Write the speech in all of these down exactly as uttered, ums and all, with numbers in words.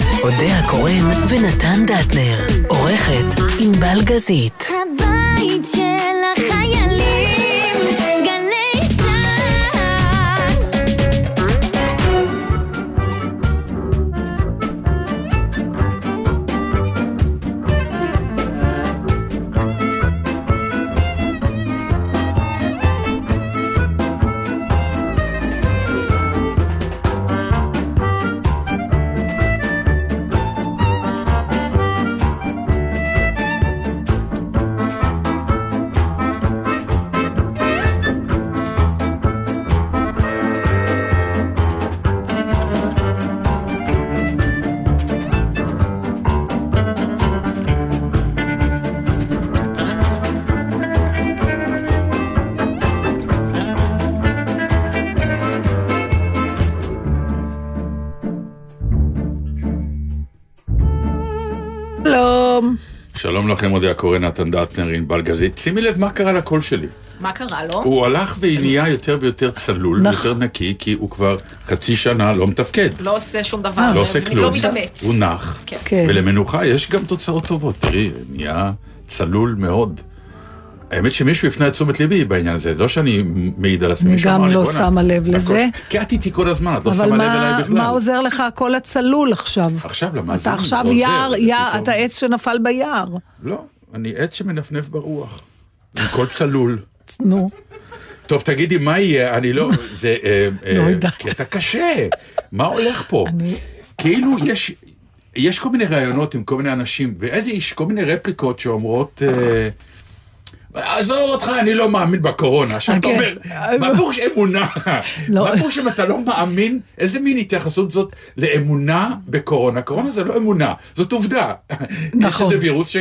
אודיה הקורן ונתן דטנר. עורכת ענבל גזית. הבית של החיילים, גלי צהל. שלום לכם, אודיה הקורן, נתן דטנר, ענבל גזית. שימי לב מה קרה לקול שלי. מה קרה לו? הוא הלך ונהיה יותר ויותר צלול, יותר נקי, כי הוא כבר חצי שנה לא מתפקד. לא עושה שום דבר. לא עושה כלום. לא מתאמץ. הוא נח. ולמנוחה יש גם תוצאות טובות. תראי, נהיה צלול מאוד. האמת שמישהו הפנה את תשומת ליבי בעניין הזה, לא שאני מעיד על עצמי. אני גם לא שמה לב לזה. כי את איתי כל הזמן, את לא שמה לב אליי בכלל. אבל מה עוזר לך הכל הצלול עכשיו? עכשיו למאזינים. אתה עכשיו יער, אתה עץ שנפל ביער. לא, אני עץ שמנפנף ברוח. עם כל צלול. נו. טוב, תגידי, מה יהיה? אני לא... זה... לא יודעת. כי אתה קשה. מה הולך פה? כאילו, יש... יש כל מיני רעיונות עם כל מיני אנשים, ואיזה יש כל מיני רפליקות שאומרות... עזוב אותך, אני לא מאמין בקורונה. עכשיו אתה אומר, מה פורש אמונה? מה פורש אם אתה לא מאמין? איזה מין התייחסות זאת לאמונה בקורונה? קורונה זה לא אמונה, זאת עובדה. יש איזה וירוס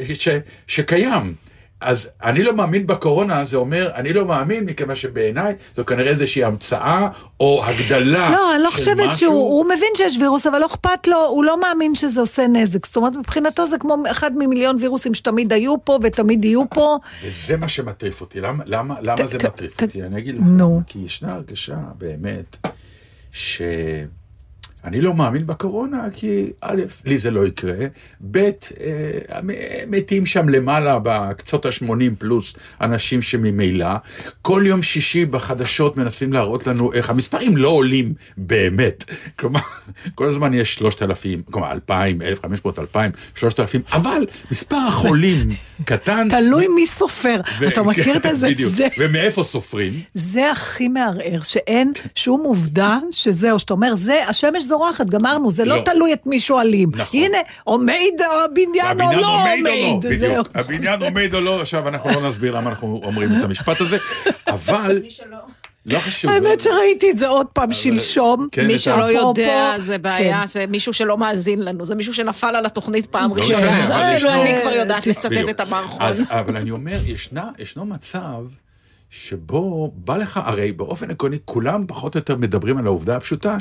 שקיים. אז אני לא מאמין בקורונה, זה אומר, אני לא מאמין, מכמה שבעיניי זו כנראה איזושהי המצאה או הגדלה. לא, אני לא חושבת שהוא מבין שיש וירוס, אבל לא אכפת לו, הוא לא מאמין שזה עושה נזק. זאת אומרת, מבחינתו זה כמו אחד ממיליון וירוסים שתמיד היו פה ותמיד יהיו פה. וזה מה שמטריף אותי. למה, למה, למה זה מטריף אותי? אני אגיד לך, כי ישנה הרגשה באמת ש... אני לא מאמין בקורונה, כי א', לי זה לא יקרה, ב', מתים שם למעלה בקצות ה-שמונים פלוס אנשים שממילא, כל יום שישי בחדשות מנסים להראות לנו איך המספרים לא עולים באמת, כלומר, כל הזמן יש שלושת אלפים, כלומר, אלפיים, אלף וחמש מאות, אלפיים, שלושת אלפים, אבל מספר החולים קטן. תלוי מי סופר, אתה מכיר את זה? בדיוק, ומאיפה סופרים? זה הכי מערער, שאין שום עובדה שזהו, שאתה אומר, זה, השמש זורחת, גמרנו, זה לא תלוי את מי שואלים. הנה, עומד הבניין או לא עומד. בדיוק, הבניין עומד או לא, עכשיו אנחנו לא נסביר למה אנחנו אומרים את המשפט הזה, אבל... לא חשוב. האמת שראיתי את זה עוד פעם שלשום. מי שלא יודע, זה בעיה, זה מישהו שלא מאזין לנו, זה מישהו שנפל על התוכנית פעם ראשונה. אפילו אני כבר יודעת לצטט את המערכון. אבל אני אומר, ישנו מצב שבו בא לך, הרי באופן עקרוני, כולם פחות או יותר מדברים על העובדה הפשוטה,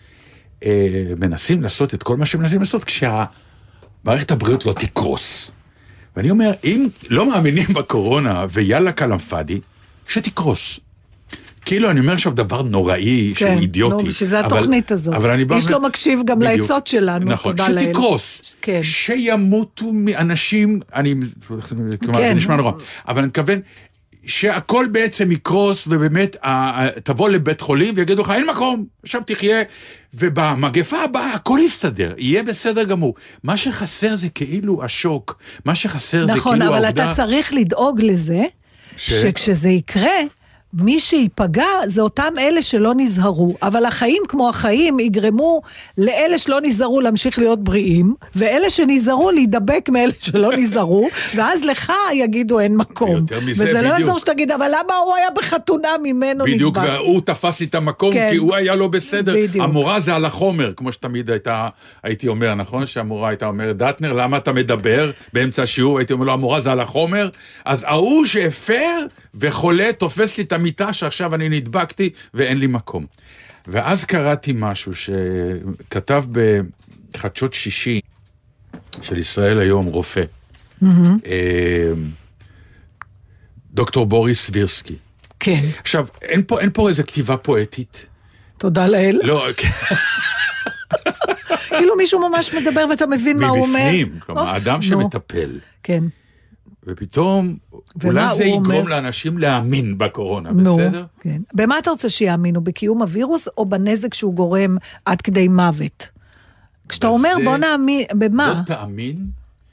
שמנסים לעשות את כל מה שמנסים לעשות, כשהמערכת הבריאות לא תקרוס. ואני אומר, אם לא מאמינים בקורונה, ויאללה קלמפדי, שתקרוס. כאילו אני אומר עכשיו דבר נוראי, שהוא אידיוטי. שזה התוכנית הזאת. איש לא מקשיב גם לעצות שלנו. נכון, שתקרוס. שימותו מאנשים, אני, כלומר, זה נשמע נורא. אבל אני מתכוון, שהכל בעצם יקרוס, ובאמת תבוא לבית חולים, ויגידו לך, אין מקום, עכשיו תחיה, ובמגפה הבאה הכל יסתדר, יהיה בסדר גמור. מה שחסר זה כאילו השוק, מה שחסר זה כאילו העובדה... נכון, אבל אתה צריך לדאוג לזה, שכשזה יקרה... מי שיפגע זה אותם אלה שלא נזהרו, אבל החיים כמו החיים יגרמו לאלה שלא נזהרו להמשיך להיות בריאים, ואלה שנזהרו להידבק מאלה שלא נזהרו, ואז לך יגידו אין מקום. וזה לא יעזור שתגיד, אבל למה הוא היה בחתונה ממנו נדבק? בדיוק, והוא תפס לי את המקום, כי הוא היה לא בסדר. המורה זה על החומר, כמו שתמיד הייתי אומר, נכון? שהמורה הייתה אומרת, דטנר, למה אתה מדבר באמצע השיעור? הייתי אומר לו, המורה זה על החומר, אז ההוא שהפר וחולה תופס לי את המיטה שעכשיו אני נדבקתי ואין לי מקום. ואז קראתי משהו שכתב בחדשות שישי של ישראל היום, רופא. דוקטור בוריס סבירסקי. כן. עכשיו, אין פה, אין פה איזו כתיבה פואטית. תודה לאל. לא, כאילו מישהו ממש מדבר ואתה מבין מה הוא אומר. מבפנים, כלומר, אדם שמטפל. כן. ופתאום, אולי זה יגרום לאנשים להאמין בקורונה, בסדר? כן. במה אתה רוצה שיאמינו? בקיום הווירוס או בנזק שהוא גורם עד כדי מוות? כשאתה אומר בוא נאמין, במה? לא תאמין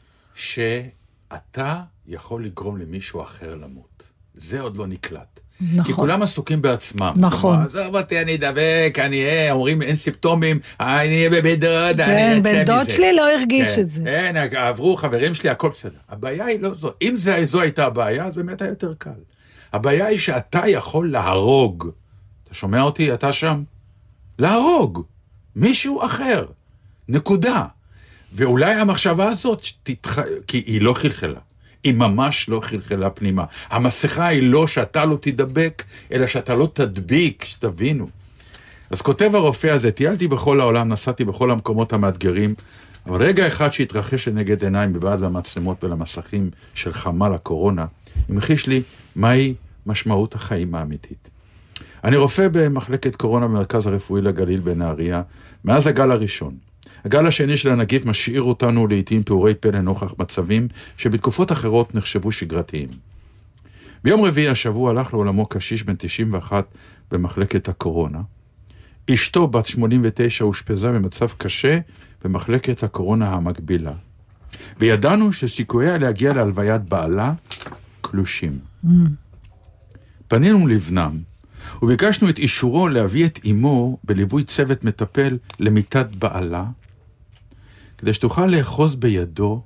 שאתה יכול לגרום למישהו אחר למות. זה עוד לא נקלט. נכון. כי כולם עסוקים בעצמם. נכון. עזוב אותי, אני אדבק, אני אהיה, אומרים אין סימפטומים, אני אהיה בבית דוד, אני אצא מזה. בן דוד שלי לא הרגיש את זה. כן, עברו חברים שלי, הכל בסדר. הבעיה היא לא זו. אם זו הייתה הבעיה, אז באמת היה יותר קל. הבעיה היא שאתה יכול להרוג. אתה שומע אותי? אתה שם? להרוג. מישהו אחר. נקודה. ואולי המחשבה הזאת, תתח... כי היא לא חלחלה. היא ממש לא חלחלה פנימה. המסכה היא לא שאתה לא תדבק, אלא שאתה לא תדביק, שתבינו. אז כותב הרופא הזה, טיילתי בכל העולם, נסעתי בכל המקומות המאתגרים, אבל רגע אחד שהתרחש לנגד עיניים מבעד למצלמות ולמסכים של חמ"ל הקורונה, המחיש לי מהי משמעות החיים האמיתית. אני רופא במחלקת קורונה במרכז הרפואי לגליל בנהריה, מאז הגל הראשון. הגל השני של הנגיף משאיר אותנו לעתים פעורי פלא נוכח מצבים שבתקופות אחרות נחשבו שגרתיים. ביום רביעי השבוע הלך לעולמו קשיש בן תשעים ואחת במחלקת הקורונה. אשתו בת שמונים ותשע אושפזה במצב קשה במחלקת הקורונה המקבילה. וידענו שסיכוייה להגיע להלוויית בעלה קלושים. Mm. פנינו לבנם וביקשנו את אישורו להביא את אמו בליווי צוות מטפל למיטת בעלה, כדי שתוכל לאחוז בידו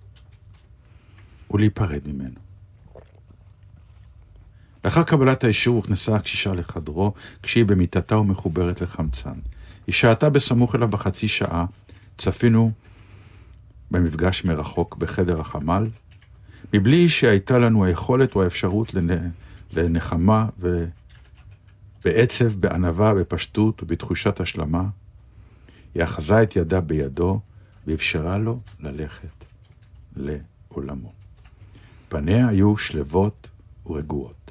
ולהיפרד ממנו. לאחר קבלת האישור הוכנסה הקשישה לחדרו, כשהיא במיטתה ומחוברת לחמצן. היא שעתה בסמוך אליו בחצי שעה, צפינו במפגש מרחוק בחדר החמ"ל, מבלי שהייתה לנו היכולת או האפשרות לנחמה ובעצב, בענווה, בפשטות ובתחושת השלמה. היא אחזה את ידה בידו ואפשרה לו ללכת לעולמו. פניה היו שלבות ורגועות.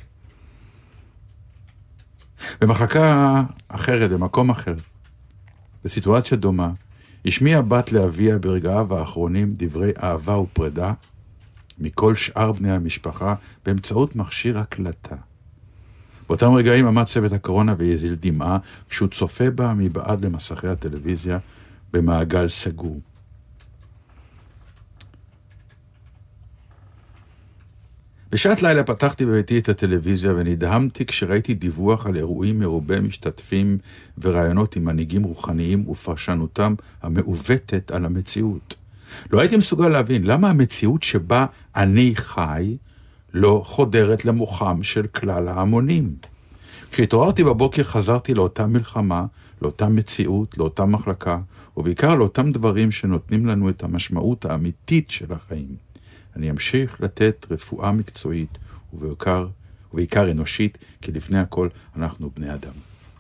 במחלקה אחרת, במקום אחר, בסיטואציה דומה, השמיעה בת לאביה ברגעיו האחרונים דברי אהבה ופרידה מכל שאר בני המשפחה באמצעות מכשיר הקלטה. באותם רגעים עמד צוות הקורונה והזיל דמעה כשהוא צופה בה מבעד למסכי הטלוויזיה במעגל סגור. בשעת לילה פתחתי בביתי את הטלוויזיה ונדהמתי כשראיתי דיווח על אירועים מרובי משתתפים ורעיונות עם מנהיגים רוחניים ופרשנותם המעוותת על המציאות. לא הייתי מסוגל להבין למה המציאות שבה אני חי לא חודרת למוחם של כלל ההמונים. כשהתעוררתי בבוקר חזרתי לאותה מלחמה, לאותה מציאות, לאותה מחלקה, ובעיקר לאותם דברים שנותנים לנו את המשמעות האמיתית של החיים. אני אמשיך לתת רפואה מקצועית ובעיקר, ובעיקר אנושית, כי לפני הכל אנחנו בני אדם.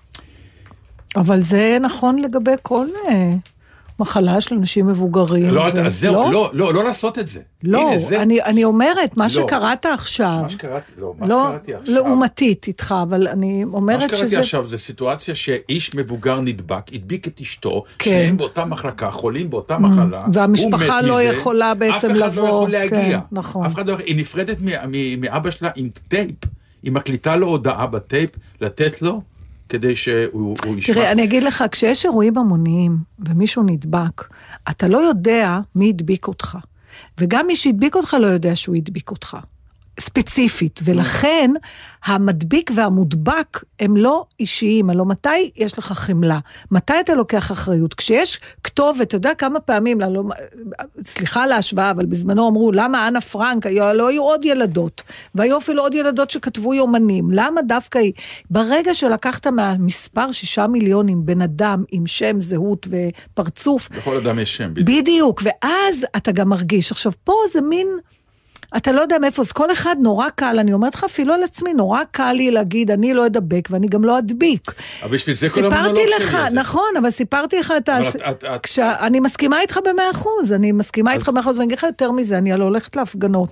אבל זה נכון לגבי כל מחלה של אנשים מבוגרים. לא, ו... אז זהו, לא? לא, לא, לא לעשות את זה. לא, הנה, זה... אני, אני אומרת, מה לא. שקראת עכשיו, מה שקראתי, לא, מה לא שקראתי עכשיו. לעומתית איתך, אבל אני אומרת שזה... מה שקראתי עכשיו זה סיטואציה שאיש מבוגר נדבק, הדביק את אשתו, כן. שהם באותה מחלקה, חולים באותה מחלה, והמשפחה לא מזה, יכולה בעצם לבוא. אף אחד לא יכול להגיע. כן, נכון. אף אחד לא יכול... היא נפרדת מאבא שלה עם טייפ, היא מקליטה לו הודעה בטייפ, לתת לו, כדי שהוא ישמע. תראה, אני אגיד לך, כשיש אירועים המוניים ומישהו נדבק, אתה לא יודע מי הדביק אותך. וגם מי שהדביק אותך לא יודע שהוא הדביק אותך. ספציפית. ולכן, המדביק והמודבק הם לא אישיים. הלוא מתי יש לך חמלה? מתי אתה לוקח אחריות? כשיש כתובת, אתה יודע כמה פעמים, לא, סליחה להשוואה, אבל בזמנו אמרו, למה אנה פרנק, לא היו עוד ילדות, והיו אפילו עוד ילדות שכתבו יומנים. למה דווקא היא? ברגע שלקחת מהמספר שישה מיליונים, בן אדם עם שם, זהות ופרצוף. בכל אדם יש שם. בדיוק. בדיוק, ואז אתה גם מרגיש. עכשיו, פה זה מין... אתה לא יודע מאיפה, אז כל אחד נורא קל, אני אומרת לך אפילו על עצמי, נורא קל לי להגיד, אני לא אדבק ואני גם לא אדביק. אבל בשביל זה כל המונולוג שלי לך, הזה. נכון, אבל סיפרתי לך את ה... כשאני מסכימה איתך במאה אחוז, אני מסכימה איתך במאה אחוז, ואני אגיד לך יותר מזה, אני לא הולכת להפגנות.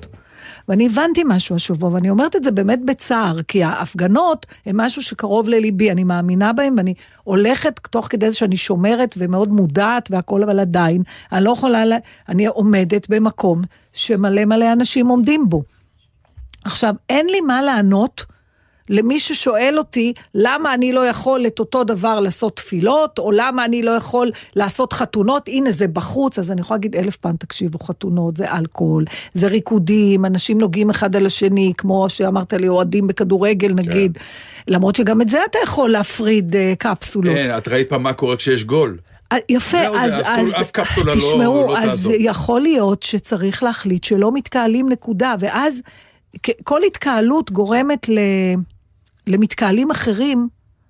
ואני הבנתי משהו השבוע, ואני אומרת את זה באמת בצער, כי ההפגנות הן משהו שקרוב לליבי, אני מאמינה בהם, ואני הולכת תוך כדי שאני שומרת ומאוד מודעת והכל, אבל עדיין, אני לא יכולה, לה, אני עומדת במקום שמלא מלא אנשים עומדים בו. עכשיו, אין לי מה לענות למי ששואל אותי, למה אני לא יכול את אותו דבר לעשות תפילות, או למה אני לא יכול לעשות חתונות, הנה זה בחוץ, אז אני יכולה להגיד אלף פעם, תקשיבו, חתונות, זה אלכוהול, זה ריקודים, אנשים נוגעים אחד על השני, כמו שאמרת לי, אוהדים בכדורגל נגיד, כן. למרות שגם את זה אתה יכול להפריד uh, קפסולות. אין, את ראית פעם מה קורה כשיש גול. יפה, אז, אז, אז, אז תשמעו, לא, לא אז יכול להיות שצריך להחליט שלא מתקהלים נקודה, ואז כל התקהלות גורמת ל... למתקהלים אחרים,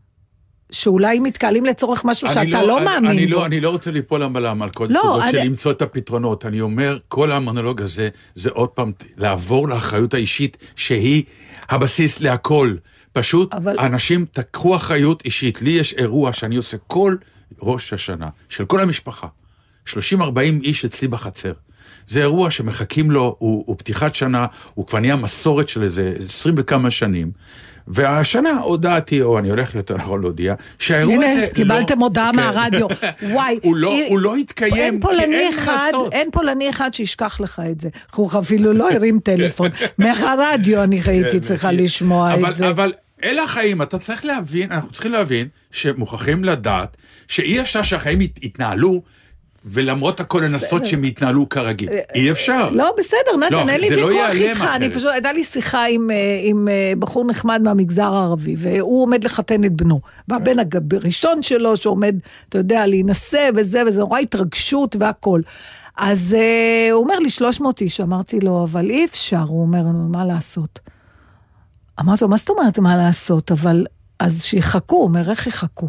שאולי מתקהלים לצורך משהו שאתה לא, לא מאמין אני בו. לא, אני לא רוצה ליפול על מלכודת לא, הזאת, אני... של למצוא את הפתרונות. אני אומר, כל המונולוג הזה, זה עוד פעם, לעבור לאחריות האישית, שהיא הבסיס להכל. פשוט, אבל... האנשים תקחו אחריות אישית. לי יש אירוע שאני עושה כל ראש השנה, של כל המשפחה. שלושים ארבעים איש אצלי בחצר. זה אירוע שמחכים לו, הוא, הוא פתיחת שנה, הוא כבר נהיה מסורת של איזה עשרים וכמה שנים, והשנה הודעתי, או אני הולך יותר נכון להודיע, שהאירוע הזה... הנה, קיבלתם הודעה מהרדיו. וואי. הוא לא התקיים, כי אין לעשות. אין פולני אחד שישכח לך את זה. הוא אפילו לא הרים טלפון. מהרדיו אני הייתי צריכה לשמוע את זה. אבל אלה החיים, אתה צריך להבין, אנחנו צריכים להבין, שמוכרחים לדעת, שאי אפשר שהחיים יתנהלו, ולמרות הכל לנסות שהם יתנהלו כרגיל. אי אפשר. לא, בסדר, נתן, אין לי ויכוח איתך. אני פשוט, הייתה לי שיחה עם בחור נחמד מהמגזר הערבי, והוא עומד לחתן את בנו. והבן הראשון שלו, שעומד, אתה יודע, להינשא וזה, וזה נורא התרגשות והכל. אז הוא אומר לי, שלוש מאות איש, אמרתי לו, אבל אי אפשר, הוא אומר, מה לעשות? אמרתי לו, מה זאת אומרת, מה לעשות? אבל, אז שיחכו, הוא אומר, איך יחכו?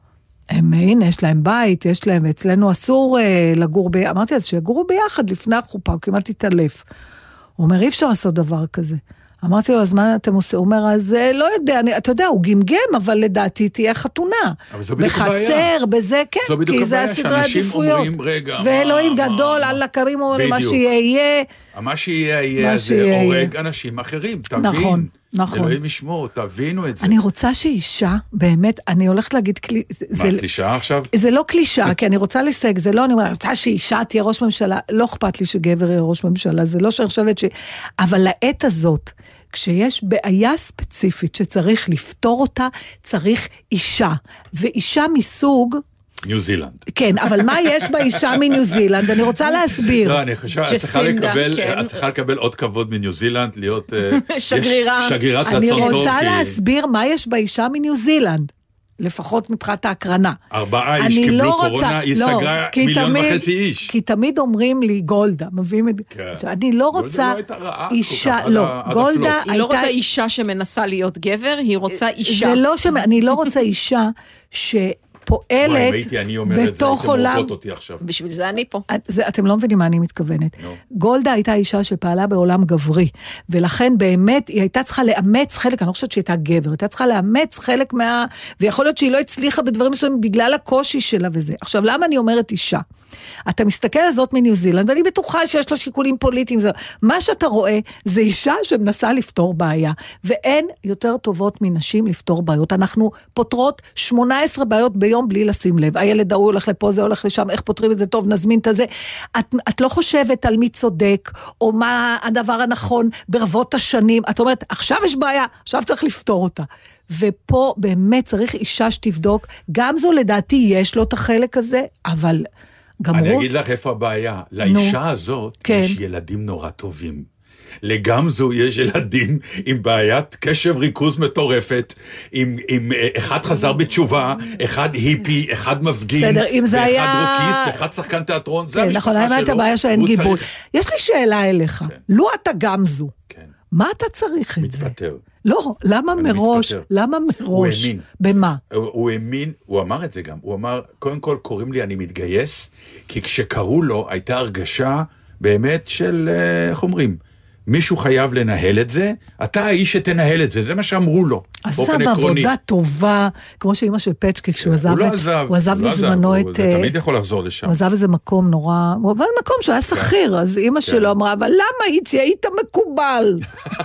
הם, הנה, יש להם בית, יש להם, אצלנו אסור אה, לגור ביחד, אמרתי אז שיגורו ביחד לפני החופה, הוא כמעט התעלף. הוא אומר, אי אפשר לעשות דבר כזה. אמרתי לו, אז מה אתם עושים? הוא אומר, אז לא יודע, אני, אתה יודע, הוא גמגם, אבל לדעתי תהיה חתונה. אבל זו בדיוק הבעיה. בחצר, בזה, כן, זו בדיוק כי זה הבעיה, הסדרי עדיפויות. אומרים, רגע, ואלוהים מה, גדול, מה, על הקרים אומרים, מה בדיוק. שיהיה. מה שיהיה, יהיה, זה הורג אנשים אחרים, תבין. נכון. נכון. אלוהים ישמור, תבינו את זה. אני רוצה שאישה, באמת, אני הולכת להגיד... מה, קלישה עכשיו? זה לא קלישה, כי אני רוצה לסג, זה לא, אני רוצה שאישה תהיה ראש ממשלה, לא אכפת לי שגבר יהיה ראש ממשלה, זה לא שאני חושבת ש... אבל לעת הזאת, כשיש בעיה ספציפית שצריך לפתור אותה, צריך אישה, ואישה מסוג... ניו זילנד. כן, אבל מה יש באישה מניו זילנד? אני רוצה להסביר. לא, אני חושב, את צריכה לקבל, את צריכה לקבל עוד כבוד מניו זילנד, להיות שגרירה. שגרירת רצון טוב. אני רוצה להסביר מה יש באישה מניו זילנד. לפחות מבחינת ההקרנה. ארבעה איש קיבלו לא קורונה, רוצה, היא לא, סגרה מיליון תמיד, וחצי איש. כי תמיד אומרים לי, גולדה, מביאים את... כן. אני לא רוצה... גולדה לא הייתה רעה אישה, כל כך, לא, עד גולדה הפלוט. היא לא רוצה אישה שמנסה להיות גבר, היא רוצה אישה. זה לא ש... אני לא רוצה אישה ש... פועלת בתוך עולם... בשביל זה אני פה. זה, אתם לא מבינים מה אני מתכוונת. No. גולדה הייתה אישה שפעלה בעולם גברי, ולכן באמת היא הייתה צריכה לאמץ חלק, אני לא חושבת שהיא הייתה גבר, הייתה צריכה לאמץ חלק מה... ויכול להיות שהיא לא הצליחה בדברים מסוימים בגלל הקושי שלה וזה. עכשיו, למה אני אומרת אישה? אתה מסתכל על זאת מניו זילנד, ואני בטוחה שיש לה שיקולים פוליטיים. זה... מה שאתה רואה זה אישה שמנסה לפתור בעיה, ואין יותר טובות מנשים לפתור בעיות. אנחנו פותרות שמונה עשרה בעיות ביום בלי לשים לב. הילד ההוא הולך לפה, זה הולך לשם, איך פותרים את זה טוב, נזמין את זה. את, את לא חושבת על מי צודק, או מה הדבר הנכון ברבות השנים. את אומרת, עכשיו יש בעיה, עכשיו צריך לפתור אותה. ופה באמת צריך אישה שתבדוק, גם זו לדעתי יש לו את החלק הזה, אבל גמרו... אני אגיד לך איפה הבעיה. לאישה הזאת כן. יש ילדים נורא טובים. לגמזו יש ילדים עם בעיית קשב ריכוז מטורפת, עם, עם אחד חזר בתשובה, אחד היפי, אחד מפגין, בסדר, אם זה ואחד היה... רוקיסט, אחד שחקן תיאטרון, זה כן, המשפחה נכון, שלו. את הבעיה שאין גיבוי. צריך... יש לי שאלה אליך, כן. לו אתה גמזו, כן. מה אתה צריך את מתפטר. זה? מתפטר. לא, למה מראש? מתפטר. למה מראש? הוא האמין. במה? הוא, הוא האמין, הוא אמר את זה גם, הוא אמר, קודם כל קוראים לי אני מתגייס, כי כשקראו לו הייתה הרגשה באמת של, איך אומרים, מישהו חייב לנהל את זה, אתה האיש שתנהל את זה, זה מה שאמרו לו, באופן עקרוני. עזב עבודה טובה, כמו שאמא של פצ'קי, כשהוא עזב, הוא לא עזב, הוא עזב בזמנו את... הוא תמיד יכול לחזור לשם. הוא עזב איזה מקום נורא, הוא עזב מקום שהוא היה שכיר, אז אמא שלו אמרה, אבל למה איצי, היית מקובל?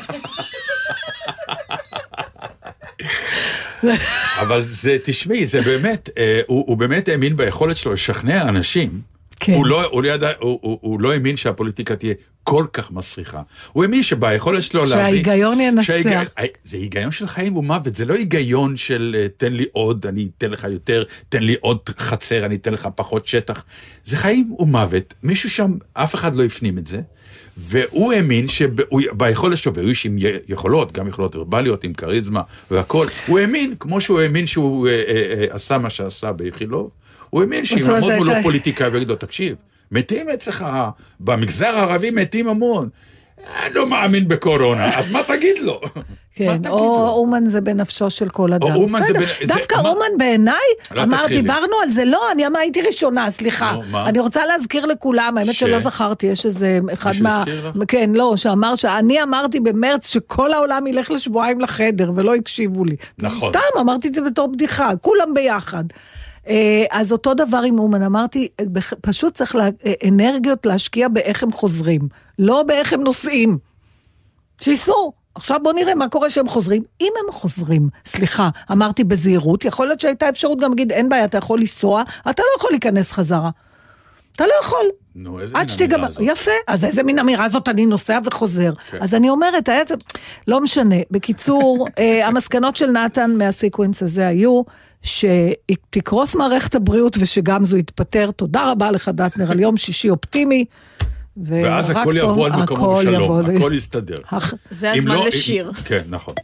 אבל זה, תשמעי, זה באמת, הוא, הוא באמת האמין ביכולת שלו לשכנע אנשים, כן. הוא, לא, הוא, ידע, הוא, הוא, הוא לא האמין שהפוליטיקה תהיה כל כך מסריחה. הוא האמין שביכולת שלו להביא... שההיגיון ינצח. שההיג... זה היגיון של חיים ומוות, זה לא היגיון של תן לי עוד, אני אתן לך יותר, תן לי עוד חצר, אני אתן לך פחות שטח. זה חיים ומוות. מישהו שם, אף אחד לא הפנים את זה, והוא האמין שביכולת שלו, והוא איש עם יכולות, גם יכולות ורבליות, עם קריזמה והכל, הוא האמין, כמו שהוא האמין שהוא אה, אה, אה, עשה מה שעשה ביחילוב, הוא האמין שאם עמוד מולו פוליטיקאי ויגיד לו, תקשיב, מתים אצלך, במגזר הערבי מתים המון, אני לא מאמין בקורונה, אז מה תגיד לו? כן, או אומן זה בנפשו של כל אדם. דווקא אומן בעיניי, אמר, דיברנו על זה, לא, אני הייתי ראשונה, סליחה. אני רוצה להזכיר לכולם, האמת שלא זכרתי, יש איזה אחד מה... כן, לא, שאמר שאני אמרתי במרץ שכל העולם ילך לשבועיים לחדר, ולא הקשיבו לי. נכון. סתם, אמרתי את זה בתור בדיחה, כולם ביחד. אז אותו דבר עם אומן, אמרתי, פשוט צריך אנרגיות להשקיע באיך הם חוזרים, לא באיך הם נוסעים. שיסו, עכשיו בוא נראה מה קורה שהם חוזרים. אם הם חוזרים, סליחה, אמרתי בזהירות, יכול להיות שהייתה אפשרות גם להגיד, אין בעיה, אתה יכול לנסוע, אתה לא יכול להיכנס חזרה. אתה לא יכול. נו, איזה מין אמירה גם... הזאת? יפה, אז איזה מין אמירה הזאת אני נוסע וחוזר. כן. אז אני אומרת, זה... לא משנה. בקיצור, המסקנות של נתן מהסיקוונס הזה היו, שתקרוס מערכת הבריאות ושגם זו יתפטר. תודה רבה לך דטנר על יום שישי אופטימי. ואז הכל יבוא על מקומו בשלום, הכל יסתדר. זה הזמן לשיר. כן, נכון.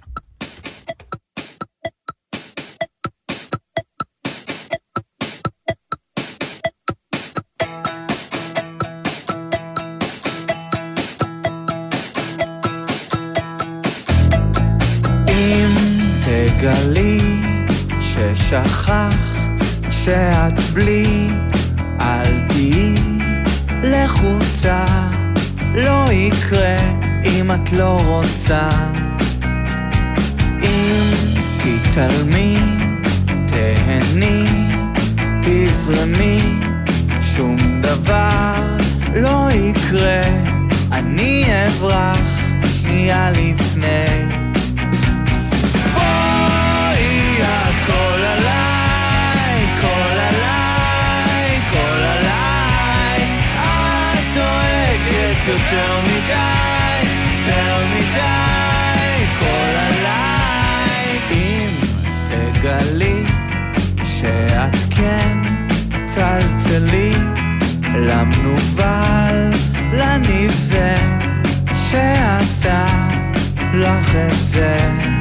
אם תגלי ששכחת שאת בלי, אל תהי לחוצה, לא יקרה אם את לא רוצה. אם תתעלמי, תהני, תזרמי, שום דבר לא יקרה, אני אברח שנייה לפני. בואי הכל עליי, כל עליי, כל עליי, את דואגת יותר מדי, יותר מדי, כל עליי. אם תגלי שאת כן צלצלי למנובל, לנבזה שעשה לך את זה.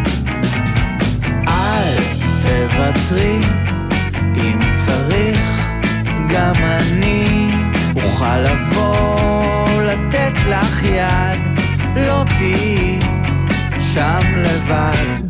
אל תוותרי, אם צריך גם אני אוכל לבוא לתת לך יד, לא תהי שם לבד.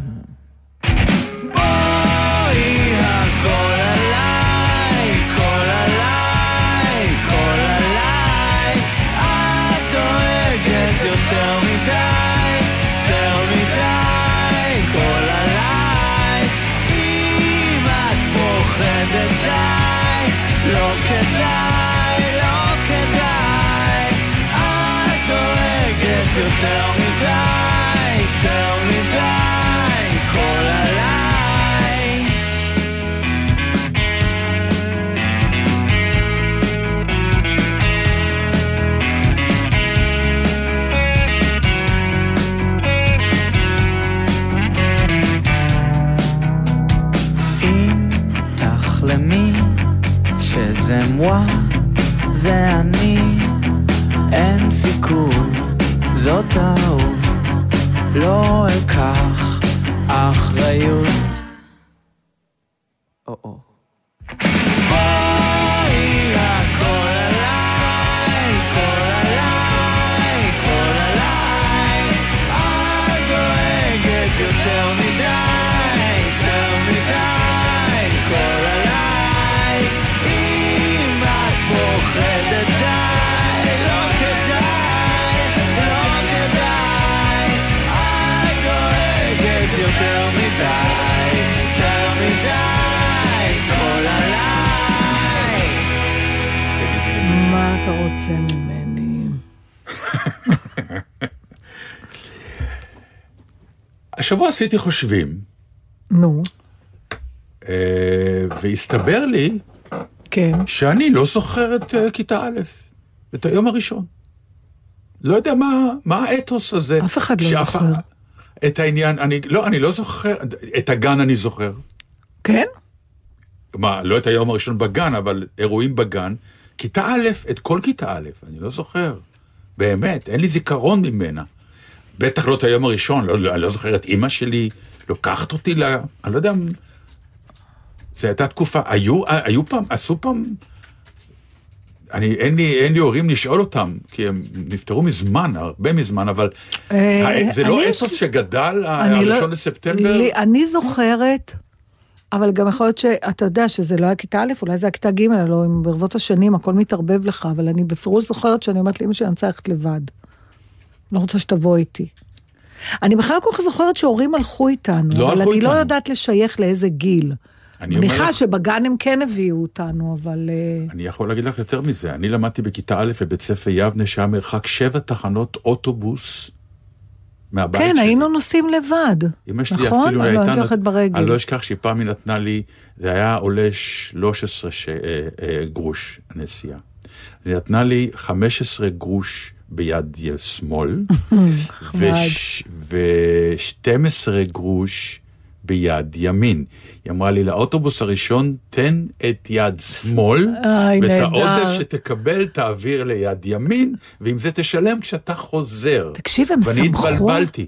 בואי הכל עליי, כל עליי, כל עליי, את דואגת יותר מדי, יותר מדי, כל עליי. אם את פוחדת די, לא כדאי, לא כדאי, את דואגת יותר מדי, יותר מדי, כל עליי. אם תחלמי שזה מואה, זה אני, אין סיכוי, זאת טעות, לא אקח אחריות. או-או. בואי הכל עליי, כל עליי, כל עליי, את דואגת יותר מדי, יותר מדי, כל עליי. אם את פוחדת די, לא כדאי, לא כדאי, רוצה ממני? השבוע עשיתי חושבים, נו, והסתבר לי כן. שאני לא זוכר את כיתה א', את היום הראשון. לא יודע מה, מה האתוס הזה. אף אחד לא שאף... זוכר. את העניין, אני, לא, אני לא זוכר, את הגן אני זוכר. כן? מה, לא את היום הראשון בגן, אבל אירועים בגן. כיתה א', את כל כיתה א', אני לא זוכר. באמת, אין לי זיכרון ממנה. בטח לא את היום הראשון, לא, לא, אני לא זוכר את אמא שלי, לוקחת אותי ל... אני לא יודע... זו הייתה תקופה, היו, היו פעם, עשו פעם... אני, אין לי, אין לי הורים לשאול אותם, כי הם נפטרו מזמן, הרבה מזמן, אבל זה לא אתוס שגדל הראשון לספטמבר? אני זוכרת, אבל גם יכול להיות שאתה יודע שזה לא היה כיתה א', אולי זה היה כיתה ג', לא, עם ברבות השנים, הכל מתערבב לך, אבל אני בפירוש זוכרת שאני אומרת לאמא שאני רוצה ללכת לבד. לא רוצה שתבוא איתי. אני בכלל כל כך זוכרת שהורים הלכו איתנו, לא אבל הלכו אני איתנו. לא יודעת לשייך לאיזה גיל. אני מניחה שבגן הם כן הביאו אותנו, אבל... אני יכול להגיד לך יותר מזה. אני למדתי בכיתה א' בבית ספר יבנה, שהיה מרחק שבע תחנות אוטובוס מהבית כן, שלי. היינו נוסעים לבד. אמא שלי נכון? אפילו אני לא הייתה... הולכת ברגל. אני לא אשכח שהיא פעם היא נתנה לי, זה היה עולה שלוש עשרה ש... גרוש הנסיעה. היא נתנה לי חמש עשרה גרוש ביד שמאל, ו-שתים עשרה גרוש ביד ימין. היא אמרה לי, לאוטובוס הראשון, תן את יד שמאל, ואת העודף שתקבל תעביר ליד ימין, ועם זה תשלם כשאתה חוזר. תקשיב, הם ואני שמחו. התבלבלתי.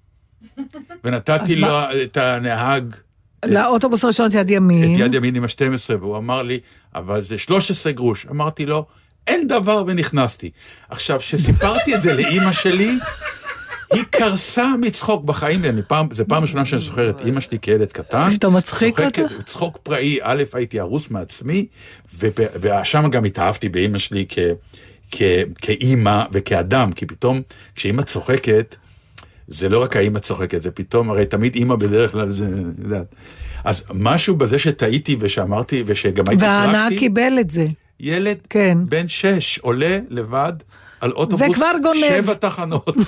ונתתי לו את הנהג... לאוטובוס הראשון את יד ימין. את יד ימין עם ה-שתים עשרה, והוא אמר לי, אבל זה שלוש עשרה גרוש. אמרתי לו, אין דבר, ונכנסתי. עכשיו, שסיפרתי את זה לאמא שלי, היא קרסה מצחוק בחיים, ואני פעם, זה פעם ראשונה שאני זוכרת, אמא שלי כילד קטן. שאתה מצחיק אותה? צחוק פראי, א', הייתי הרוס מעצמי, ושם גם התאהבתי באמא שלי כ, כ, כאמא וכאדם, כי פתאום, כשאמא צוחקת, זה לא רק האמא צוחקת, זה פתאום, הרי תמיד אמא בדרך כלל, זה, יודעת. אז משהו בזה שטעיתי ושאמרתי, ושגם הייתי פרקטי, והנהג קיבל את זה. ילד כן. בן שש עולה לבד על אוטובוס וכבר גונב. שבע תחנות.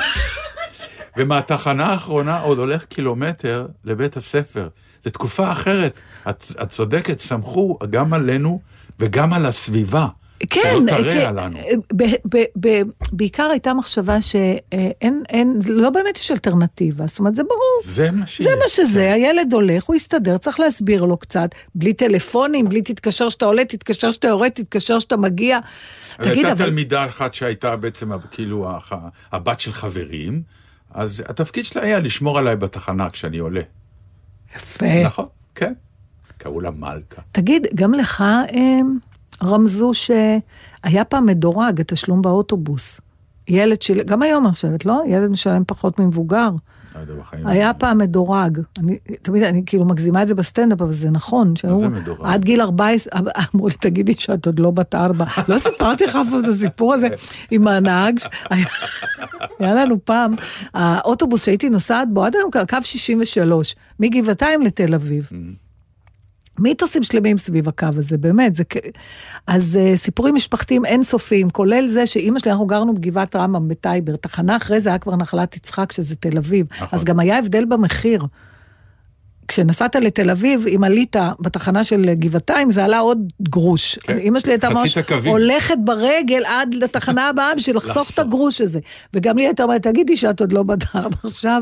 ומהתחנה האחרונה עוד הולך קילומטר לבית הספר. זו תקופה אחרת. את, את צודקת, סמכו גם עלינו וגם על הסביבה. כן, שלא תרע כן, לנו. ב, ב, ב, בעיקר הייתה מחשבה שאין, אין, לא באמת יש אלטרנטיבה, זאת אומרת, זה ברור. זה מה שיש. זה מה שזה, הילד הולך, הוא יסתדר, צריך להסביר לו קצת, בלי טלפונים, בלי תתקשר שאתה עולה, תתקשר שאתה יורד, תתקשר שאתה מגיע. תגיד, הייתה אבל... תלמידה אחת שהייתה בעצם כאילו הבת של חברים, אז התפקיד שלה היה לשמור עליי בתחנה כשאני עולה. יפה. נכון, כן. קראו לה מלכה. תגיד, גם לך הם, רמזו שהיה פעם מדורג התשלום באוטובוס. ילד של... גם היום אני חושבת, לא? ילד משלם פחות ממבוגר. היה פעם מדורג. אני, תמיד, אני כאילו מגזימה את זה בסטנדאפ, אבל זה נכון. מה זה מדורג? עד גיל ארבע עשרה, אמרו לי, תגידי שאת עוד לא בת ארבע. לא סיפרתי לך את הסיפור הזה עם הנהג. היה לנו פעם, האוטובוס שהייתי נוסעת בו, עד היום קו שישים ושלוש, מגבעתיים לתל אביב. מיתוסים שלמים סביב הקו הזה, באמת. זה... אז uh, סיפורים משפחתיים אינסופיים, כולל זה שאמא שלי, אנחנו גרנו בגבעת רמב"ם בטייבר, תחנה אחרי זה היה כבר נחלת יצחק, שזה תל אביב. נכון. אז גם היה הבדל במחיר. כשנסעת לתל אביב, אם עלית בתחנה של גבעתיים, זה עלה עוד גרוש. כן. אמא שלי הייתה ממש הולכת ברגל עד לתחנה הבאה, בשביל לחסוך את הגרוש הזה. וגם לי הייתה אומרת, תגידי שאת עוד לא בדרם עכשיו.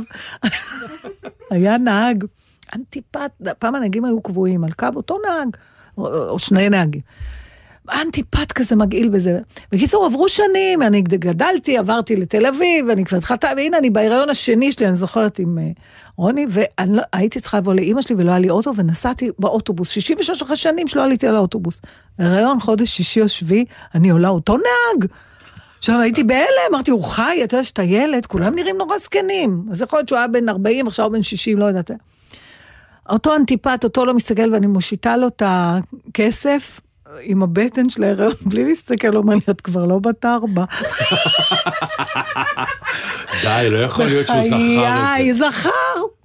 היה נהג. אנטיפט, פעם הנהגים היו קבועים על קו, אותו נהג, או, או שני נהגים. אנטיפט כזה מגעיל בזה. בקיצור, עברו שנים, אני גדלתי, עברתי לתל אביב, אני כבר התחלתי, והנה אני בהיריון השני שלי, אני זוכרת עם uh, רוני, והייתי צריכה לבוא לאמא שלי ולא היה לי אוטו, ונסעתי באוטובוס, שישים ושש אחרי שנים שלא עליתי על האוטובוס. הריון חודש שישי או שביעי, אני עולה אותו נהג. עכשיו הייתי בהלם, אמרתי, הוא חי, אתה יודע שאתה ילד, כולם נראים נורא זקנים. אז יכול להיות שהוא היה בן ארבעים, עכשיו בן שישים, לא יודעת. אותו אנטיפט, אותו לא מסתכל, ואני מושיטה לו את הכסף, עם הבטן של ההיריון, בלי להסתכל, הוא אומר לי, את כבר לא בת ארבע. די, לא יכול להיות שהוא זכר את זה. בחיי, זכר.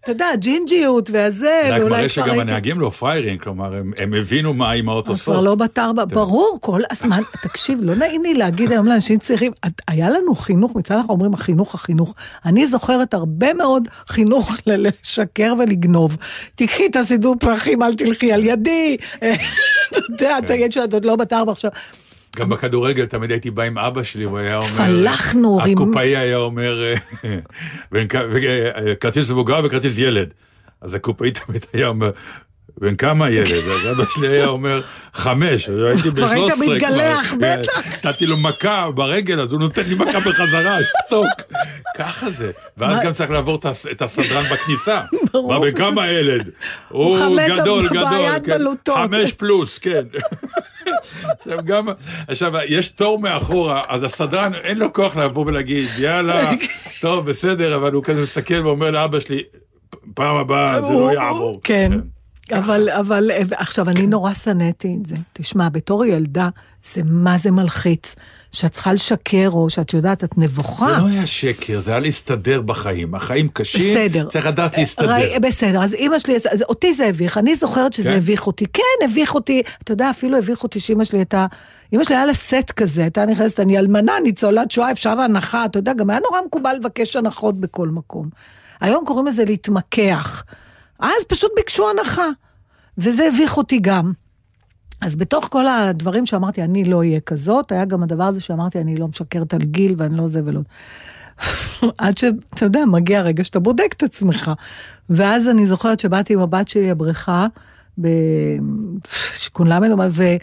אתה יודע, ג'ינג'יות והזה, רק ואולי מראה כבר שגם הייתי- הנהגים לא פריירים, כלומר, הם- הם הבינו מה האימהות כבר עושות. לא בתר, ברור, כל הזמן, תקשיב, לא נעים לי להגיד היום לאנשים צעירים, את- היה לנו חינוך, מצד אנחנו אומרים החינוך, החינוך. אני זוכרת הרבה מאוד חינוך ל- לשקר ולגנוב. תקחי את הסידור פרחים, אל תלכי על ידי. אתה יודע, תגיד שאת עוד לא בתר עכשיו. גם בכדורגל תמיד הייתי בא עם אבא שלי, הוא היה אומר... פלחנו, רימ- הקופאי היה אומר, בין כ- ו- כרטיס מבוגר וכרטיס ילד. אז הקופאי תמיד היה אומר, בין כמה ילד? אז אבא שלי היה אומר, חמש. אז הייתי כבר היית ב-שלוש עשרה מתגלח, כבר. בטח. נתתי לו מכה ברגל, אז הוא נותן לי מכה בחזרה, שתוק. ככה זה. ואז גם צריך לעבור את הס- את הסדרן בכניסה. ברור. מה, בין כמה ילד? הוא חמש גדול, שם גדול. בבעיית כן. בלוטות. חמש פלוס, כן. עכשיו גם, עכשיו, יש תור מאחורה, אז הסדרן, אין לו כוח לבוא ולהגיד, יאללה, טוב, בסדר, אבל הוא כזה מסתכל ואומר לאבא שלי, פעם הבאה זה לא יעבור. כן. אבל, אבל, עכשיו, אני נורא שנאתי את זה. תשמע, בתור ילדה, זה מה זה מלחיץ. שאת צריכה לשקר, או שאת יודעת, את נבוכה. זה לא היה שקר, זה היה להסתדר בחיים. החיים קשים, בסדר. צריך לדעת להסתדר. ראי, בסדר, אז אמא שלי, אז אותי זה הביך, אני זוכרת שזה כן? הביך אותי. כן, הביך אותי, אתה יודע, אפילו הביך אותי שאמא שלי הייתה, אמא שלי היה לה סט כזה, הייתה נכנסת, אני אלמנה, ניצולת שואה, אפשר הנחה, אתה יודע, גם היה נורא מקובל לבקש הנחות בכל מקום. היום קוראים לזה להתמקח. אז פשוט ביקשו הנחה, וזה הביך אותי גם. אז בתוך כל הדברים שאמרתי, אני לא אהיה כזאת, היה גם הדבר הזה שאמרתי, אני לא משקרת על גיל, ואני לא זה ולא. עד שאתה יודע, מגיע הרגע שאתה בודק את עצמך. ואז אני זוכרת שבאתי עם הבת שלי הבריכה, בשיכון למד, והיא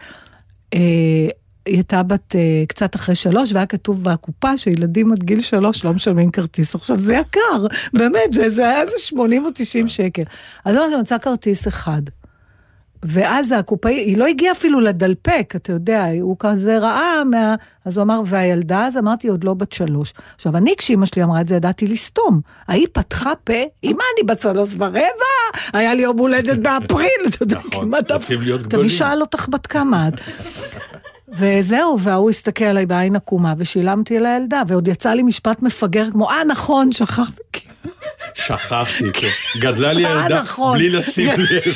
הייתה בת קצת אחרי שלוש, והיה כתוב בקופה שילדים עד גיל שלוש לא משלמים כרטיס. עכשיו זה יקר, באמת, זה, זה היה איזה שמונים או תשעים שקל. אז אמרתי, אני רוצה כרטיס אחד. ואז הקופאי, היא לא הגיעה אפילו לדלפק, אתה יודע, הוא כזה ראה, מה... אז הוא אמר, והילדה, אז אמרתי, עוד לא בת שלוש. עכשיו, אני, כשאמא שלי אמרה את זה, ידעתי לסתום. היא פתחה פה, אמא, אני בת שלוש ורבע, היה לי יום הולדת באפריל, אתה יודע, נכון, כמעט... רוצים להיות אתה גדולים. שאל אותך בת כמה את. וזהו, והוא הסתכל עליי בעין עקומה, ושילמתי על הילדה, ועוד יצא לי משפט מפגר, כמו, אה, נכון, שכחתי. שכחתי, כן. גדלה לי אה, ילדה, נכון. בלי לשים לב.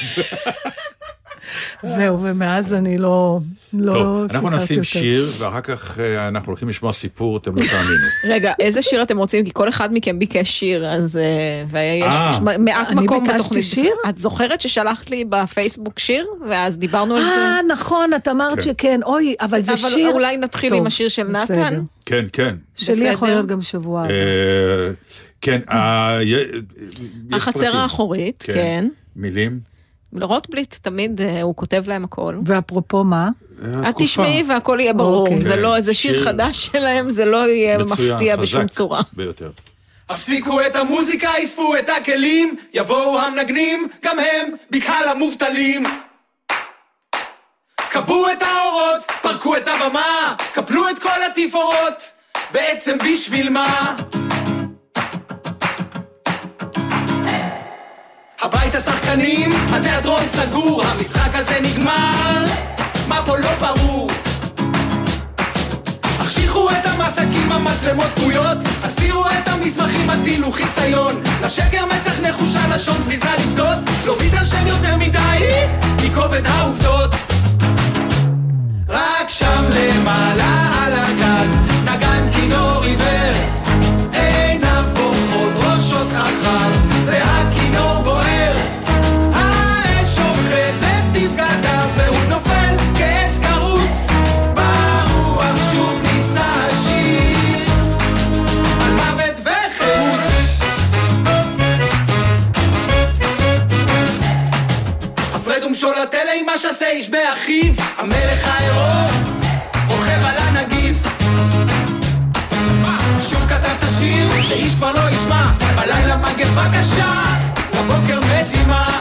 זהו, ומאז אני לא... לא טוב, אנחנו שיקרתי נשים יותר. שיר, ואחר כך אה, אנחנו הולכים לשמוע סיפור, אתם לא תאמינו. רגע, איזה שיר אתם רוצים? כי כל אחד מכם ביקש שיר, אז... אה, ויש אה. מעט אני מקום ביקשתי בתוכנית. שיר? את זוכרת ששלחת לי בפייסבוק שיר, ואז דיברנו על זה? אה, נכון, את אמרת כן. שכן, אוי, אבל זה אבל שיר... אולי נתחיל טוב, עם השיר של בסדר. נתן. כן, כן. שלי בסדר. יכול להיות גם שבוע. הבא. אה, כן, ה- י- יש החצר פרקים. האחורית, כן. מילים. רוטבליט תמיד אה, הוא כותב להם הכל. ואפרופו מה? את תשמעי והכל יהיה ברור. אוקיי. זה כן, לא איזה שיר שיר חדש שלהם, זה לא יהיה מצוין, מפתיע בשום חזק צורה. ביותר. הפסיקו את המוזיקה, אספו את הכלים, יבואו המנגנים, גם הם בקהל המובטלים. כבו את האורות, פרקו את הבמה, קפלו את כל התפאורות, בעצם בשביל מה? הבית השחקנים, התיאטרון סגור, המשחק הזה נגמר, מה פה לא ברור? החשיכו את המסקים, המצלמות כבויות, הסתירו את המסמכים, הטילו חיסיון, לשקר מצח נחושה, לשון זריזה לבדות, לא מתרשם יותר מדי, מכובד העובדות. רק שם למעלה על הגג, נגן כינור עיוור, עיניו בורחות, ראשו סחרחר, והכינור בוער, האש אוחזת בבגדיו, והוא נופל כעץ כרות, ברוח שוב נישא השיר, על מוות וחירות. הפרד ומשולת אלה עם מה שעשה איש באחיו, המלך העירום רוכב על הנגיף, שוב כתב את השיר שאיש כבר לא ישמע, בלילה מגפה קשה, בבוקר מזימה,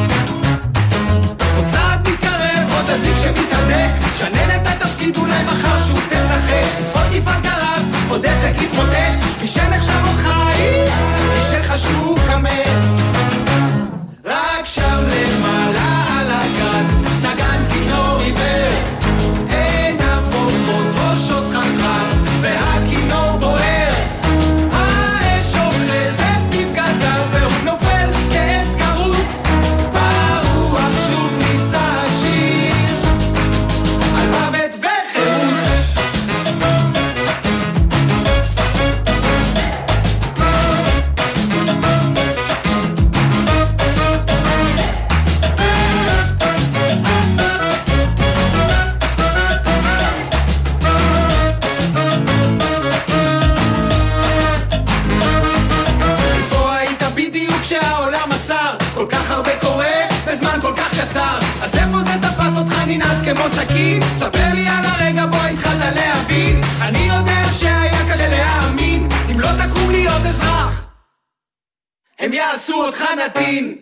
עוד צעד מתקרב, עוד הזיק שמתהדק, שנן את התפקיד אולי מחר שוב תשחק, עוד נפעל גרס, עוד עסק יתמוטט, מי שנחשב עוד חי, מי שחשוב כמת, רק שם למעלה על הגג, נגן כינור עיוור, עיניו בורחות, ראשו סחרחר, והכינור בוער, האש אוחזת בבגדיו, והוא נופל כמו סכין, ספר לי על הרגע בו התחלת להבין. אני יודע שהיה קשה להאמין, אם לא תקום להיות אזרח הם יעשו אותך נתין.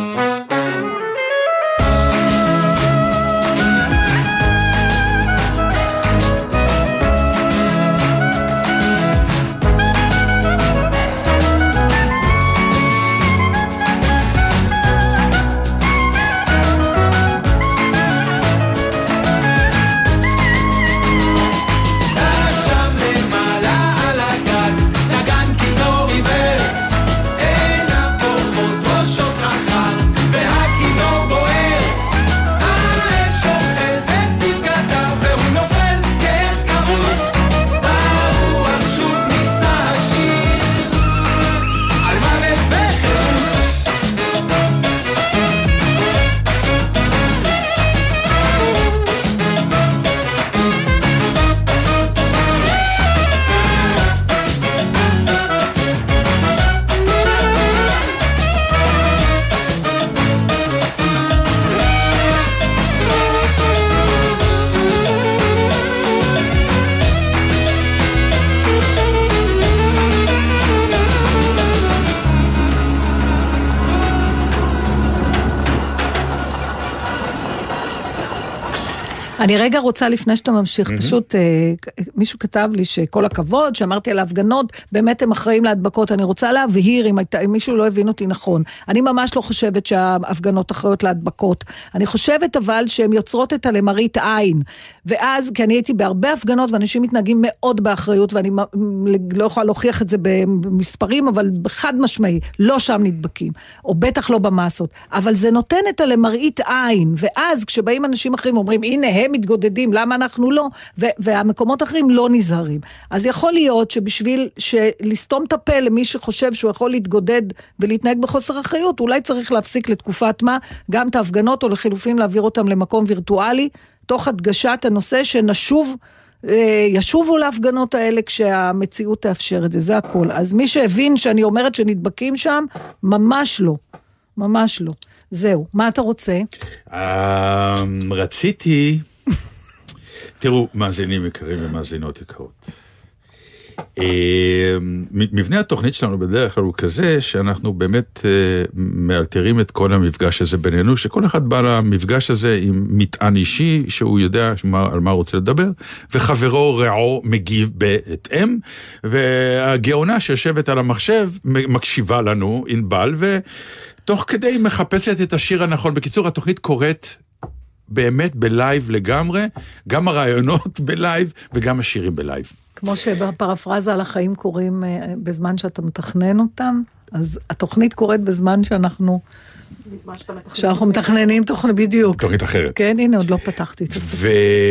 אני רגע רוצה לפני שאתה ממשיך, mm-hmm. פשוט אה, מישהו כתב לי שכל הכבוד, שאמרתי על ההפגנות, באמת הם אחראים להדבקות, אני רוצה להבהיר אם, אם מישהו לא הבין אותי נכון. אני ממש לא חושבת שההפגנות אחראיות להדבקות, אני חושבת אבל שהן יוצרות את הלמרית עין, ואז, כי אני הייתי בהרבה הפגנות, ואנשים מתנהגים מאוד באחריות, ואני לא יכולה להוכיח את זה במספרים, אבל חד משמעי, לא שם נדבקים, או בטח לא במסות, אבל זה נותן את הלמרית עין, ואז כשבאים אנשים אחרים אומרים, הנה הם מתגודדים, למה אנחנו לא? ו- והמקומות אחרים לא נזהרים. אז יכול להיות שבשביל לסתום את הפה למי שחושב שהוא יכול להתגודד ולהתנהג בחוסר אחריות, אולי צריך להפסיק לתקופת מה, גם את ההפגנות או לחילופים להעביר אותם למקום וירטואלי, תוך הדגשת הנושא שנשוב, ישובו להפגנות האלה כשהמציאות תאפשר את זה, זה הכל. אז מי שהבין שאני אומרת שנדבקים שם, ממש לא. ממש לא. זהו, מה אתה רוצה? רציתי, תראו, מאזינים יקרים ומאזינות יקרות. מבנה התוכנית שלנו בדרך כלל הוא כזה, שאנחנו באמת מאלתרים את כל המפגש הזה בינינו, שכל אחד בא למפגש הזה עם מטען אישי, שהוא יודע על מה הוא רוצה לדבר, וחברו רעו מגיב בהתאם, והגאונה שיושבת על המחשב מקשיבה לנו, אינבל, ו... תוך כדי מחפשת את השיר הנכון. בקיצור, התוכנית קורית באמת בלייב לגמרי, גם הרעיונות בלייב וגם השירים בלייב. כמו שבפרפרזה על החיים קוראים בזמן שאתה מתכנן אותם, אז התוכנית קורית בזמן שאנחנו... שאנחנו מתכננים תוכנית בדיוק. תוכנית אחרת. כן, הנה, עוד לא פתחתי את זה.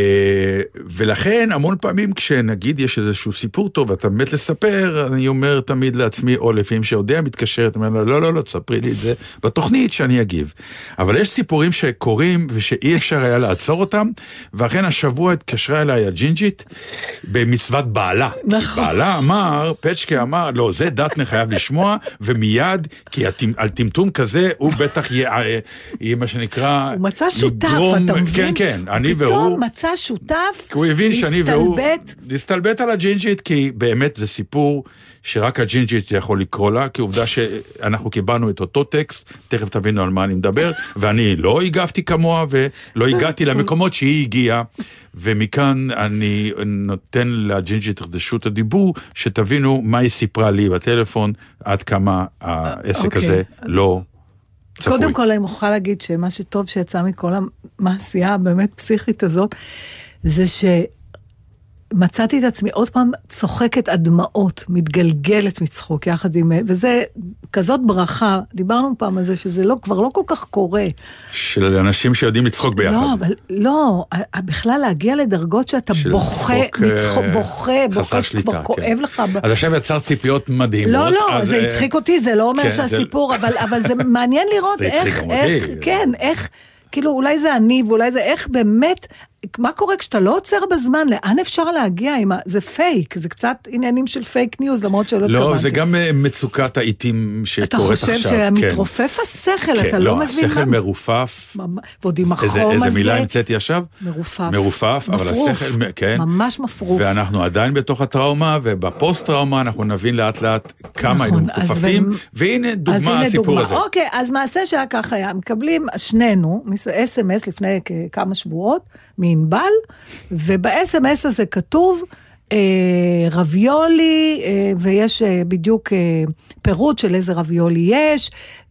ולכן, המון פעמים כשנגיד יש איזשהו סיפור טוב, ואתה מת לספר, אני אומר תמיד לעצמי, או לפעמים שיודע מתקשרת, אני אומר, לא, לא, לא, תספרי לי את זה בתוכנית שאני אגיב. אבל יש סיפורים שקורים, ושאי אפשר היה לעצור אותם, ואכן השבוע התקשרה אליי הג'ינג'ית, במצוות בעלה. נכון. בעלה אמר, פצ'קה אמר, לא, זה דטנר חייב לשמוע, ומיד, כי על טמטום כזה, הוא בטח יהיה מה שנקרא... הוא מצא שותף, אתה מבין? כן, כן, אני והוא... פתאום מצא שותף, הוא הבין שאני והוא... להסתלבט על הג'ינג'ית, כי באמת זה סיפור שרק הג'ינג'ית יכול לקרוא לה, כי עובדה שאנחנו קיבלנו את אותו טקסט, תכף תבינו על מה אני מדבר, ואני לא הגבתי כמוה, ולא הגעתי למקומות שהיא הגיעה, ומכאן אני נותן לג'ינג'ית רשות הדיבור, שתבינו מה היא סיפרה לי בטלפון, עד כמה העסק הזה לא... צפוי. קודם כל אני מוכרחה להגיד שמה שטוב שיצא מכל המעשייה הבאמת פסיכית הזאת, זה שמצאתי את עצמי עוד פעם צוחקת הדמעות, מתגלגלת מצחוק יחד עם, וזה כזאת ברכה, דיברנו פעם על זה שזה לא, כבר לא כל כך קורה. של אנשים שיודעים לצחוק ביחד. לא, אבל לא, בכלל להגיע לדרגות שאתה בוכה, מצחוק, בוכה, בוכה, כבר כואב לך. אז עכשיו יצר ציפיות מדהימות. לא, לא, זה הצחיק אותי, זה לא אומר שהסיפור, אבל זה מעניין לראות איך, כן, איך, כאילו אולי זה אני, ואולי זה איך באמת מה קורה כשאתה לא עוצר בזמן? לאן אפשר להגיע? עם ה... זה פייק, זה קצת עניינים של פייק ניוז, למרות שלא התכוונתי. לא, זה גם מצוקת העיתים שקורית עכשיו. אתה חושב שמתרופף השכל, אתה לא מבין? כן, לא, השכל מרופף. ועוד עם החום הזה. איזה מילה המצאתי עכשיו? מרופף. מרופף, אבל השכל, כן. ממש מפרוף. ואנחנו עדיין בתוך הטראומה, ובפוסט-טראומה אנחנו נבין לאט לאט כמה היינו מכופפים, והנה דוגמה הסיפור הזה. אוקיי, אז מעשה שהיה ככה היה, מקבלים שנינו, אס אם אס לפני כמה שבועות, מענבל, וב-אס אם אס הזה כתוב, רביולי, ויש בדיוק פירוט של איזה רביולי יש,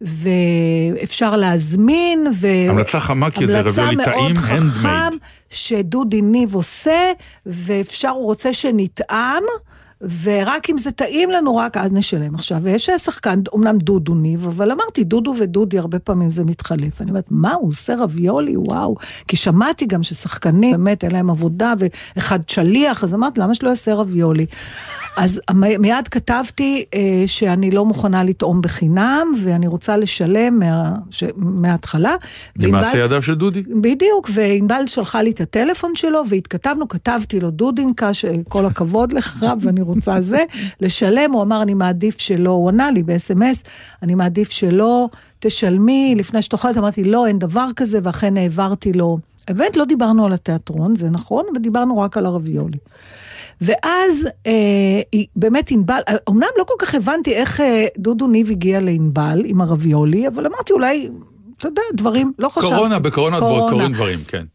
ואפשר להזמין, המלצה חמה, כי זה רביולי טעים, המלצה מאוד חכם, שדודי ניב עושה, ואפשר, הוא רוצה שנטעם, ורק אם זה טעים לנו, רק אז נשלם עכשיו. ויש שחקן, אומנם דודו ניב, אבל אמרתי, דודו ודודי, הרבה פעמים זה מתחלף. אני אומרת, מה, הוא עושה רביולי? וואו. כי שמעתי גם ששחקנים, באמת, אין להם עבודה, ואחד שליח, אז אמרתי, למה שלא יעשה רביולי? אז מיד כתבתי אה, שאני לא מוכנה לטעום בחינם, ואני רוצה לשלם מה, ש, מההתחלה. למעשה ידיו של דודי? בדיוק, ואינבל שלחה לי את הטלפון שלו, והתכתבנו, כתבתי לו דודינקה, שכל הכבוד לך, ואני רוצה זה, לשלם, הוא אמר, אני מעדיף שלא, הוא ענה לי ב-אס אם אס, אני מעדיף שלא, תשלמי, לפני שתוכלת, אמרתי, לא, אין דבר כזה, ואכן העברתי לו, באמת לא דיברנו על התיאטרון, זה נכון, ודיברנו רק על הרביולי. ואז אה, באמת אינבל, אמנם לא כל כך הבנתי איך אה, דודו ניב הגיע לאינבל עם הרביולי, אבל אמרתי אולי, אתה יודע, דברים, לא חשבתי. קורונה, בקורונה קוראים דברים, כן.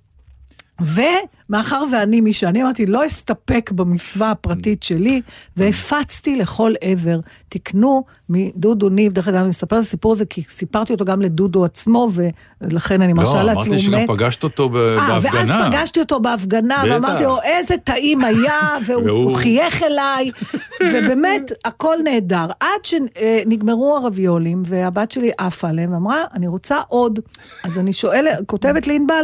ומאחר ואני, מי שאני אמרתי, לא אסתפק במצווה הפרטית שלי, והפצתי לכל עבר, תקנו מדודו ניב, דרך אגב, אני מספר את הסיפור הזה, כי סיפרתי אותו גם לדודו עצמו, ולכן אני מרשה לעצמי, לא, אמרתי שגם פגשת אותו בהפגנה. ואז פגשתי אותו בהפגנה, ואמרתי לו, איזה טעים היה, והוא חייך אליי, ובאמת, הכל נהדר. עד שנגמרו הרביולים, והבת שלי עפה עליהם, ואמרה, אני רוצה עוד. אז אני שואלת, כותבת לאינבל,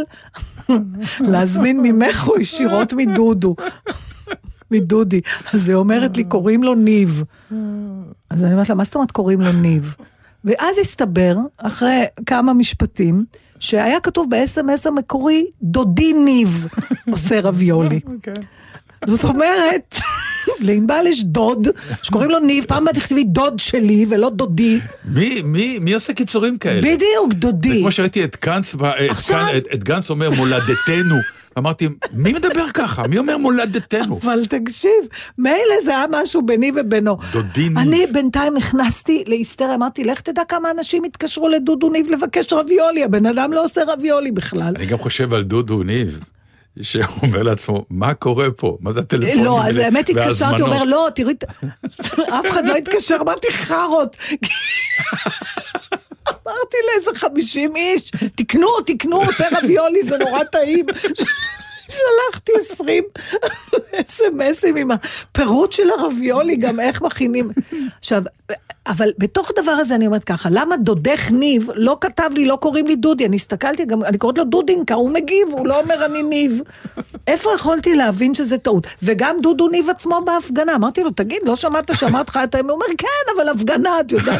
להזמין ממך או ישירות מדודו, מדודי. אז היא אומרת לי, קוראים לו ניב. אז אני אומרת לה, מה זאת אומרת קוראים לו ניב? ואז הסתבר, אחרי כמה משפטים, שהיה כתוב ב-אס אם אס המקורי, דודי ניב עושה רביולי. זאת אומרת, לאינבל יש דוד, שקוראים לו ניב, פעם מה תכתבי דוד שלי ולא דודי. מי, מי, מי עושה קיצורים כאלה? בדיוק, דודי. זה כמו שראיתי את גנץ, את גנץ אומר מולדתנו, אמרתי, מי מדבר ככה? מי אומר מולדתנו? אבל תקשיב, מילא זה היה משהו ביני ובינו. דודי ניב. אני בינתיים נכנסתי להיסטריה, אמרתי, לך תדע כמה אנשים התקשרו לדודו ניב לבקש רביולי, הבן אדם לא עושה רביולי בכלל. אני גם חושב על דודו ניב. שהוא אומר לעצמו, מה קורה פה? מה זה הטלפונים? לא, אז האמת התקשרתי, הוא אומר, לא, תראי, אף אחד לא התקשר, אמרתי חרות. אמרתי לאיזה חמישים איש, תקנו, תקנו, עושה רביולי, זה נורא טעים. שלחתי עשרים אס אם אסים עם הפירוט של הרביולי, גם איך מכינים. עכשיו, אבל בתוך דבר הזה אני אומרת ככה, למה דודך ניב לא כתב לי, לא קוראים לי דודי, אני הסתכלתי, גם, אני קוראת לו דודינקה, הוא מגיב, הוא לא אומר אני ניב. איפה יכולתי להבין שזה טעות? וגם דודו ניב עצמו בהפגנה, אמרתי לו, תגיד, לא שמעת שאמרת לך את האמת? הוא אומר, כן, אבל הפגנה, את יודעת.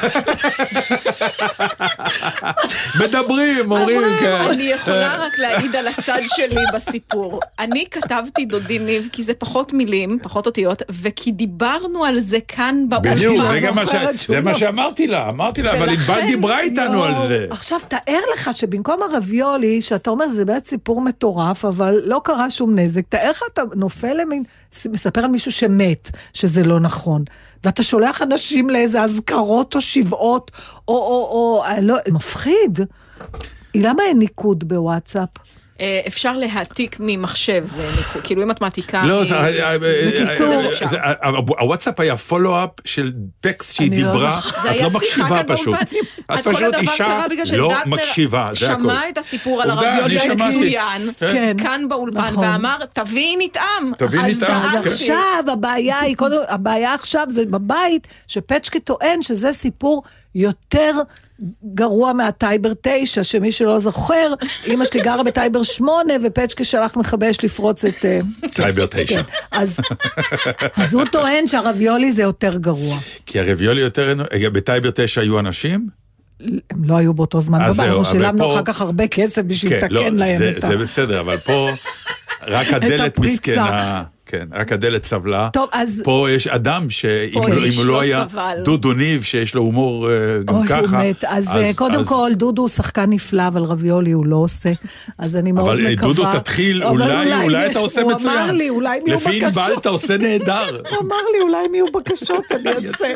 מדברים, אומרים, כן. אני יכולה רק להעיד על הצד שלי בסיפור. אני כתבתי דודי ניב, כי זה פחות מילים, פחות אותיות, וכי דיברנו על זה כאן באופן. בדיוק, זה מה שאמרתי לה, אמרתי לה, אבל ענבל דיברה איתנו על זה. עכשיו, תאר לך שבמקום הרביולי, שאתה אומר, זה באמת סיפור מטורף, אבל לא קרה שום נזק, תאר לך, אתה נופל למין, מספר על מישהו שמת, שזה לא נכון, ואתה שולח אנשים לאיזה הזכרות או שבעות, או, או, או, לא, מפחיד. למה אין ניקוד בוואטסאפ? אפשר להעתיק ממחשב, כאילו אם את מעתיקה... לא, בקיצור... הוואטסאפ היה פולו-אפ של טקסט שהיא דיברה, את לא מקשיבה פשוט. את פשוט אישה לא מקשיבה, זה הכל. שמע את הסיפור על הרביולי המצוין, כאן באולפן, ואמר, תביא נטעם. תביא נטעם. אז עכשיו הבעיה היא, הבעיה עכשיו זה בבית, שפצ'קה טוען שזה סיפור יותר גרוע מהטייבר תשע, שמי שלא זוכר, אמא שלי גרה בטייבר שמונה, ופצ'קה שלח מחבש לפרוץ את... טייבר תשע. אז הוא טוען שהרביולי זה יותר גרוע. כי הרביולי יותר... בטייבר תשע היו אנשים? הם לא היו באותו זמן, אנחנו שילמנו אחר כך הרבה כסף בשביל לתקן להם את ה... זה בסדר, אבל פה... רק הדלת מסכנה. כן, רק הדלת סבלה. טוב, אז... פה יש אדם שאם הוא לא היה דודו ניב, שיש לו הומור גם ככה. אוי, הוא מת. אז קודם כל, דודו הוא שחקן נפלא, אבל רביולי הוא לא עושה. אז אני מאוד מקווה. אבל דודו תתחיל, אולי אתה עושה מצוין. הוא אמר לי, אולי מי הוא בקשות. לפי ענבל אתה עושה נהדר. הוא אמר לי, אולי מי הוא בקשות, אני אעשה.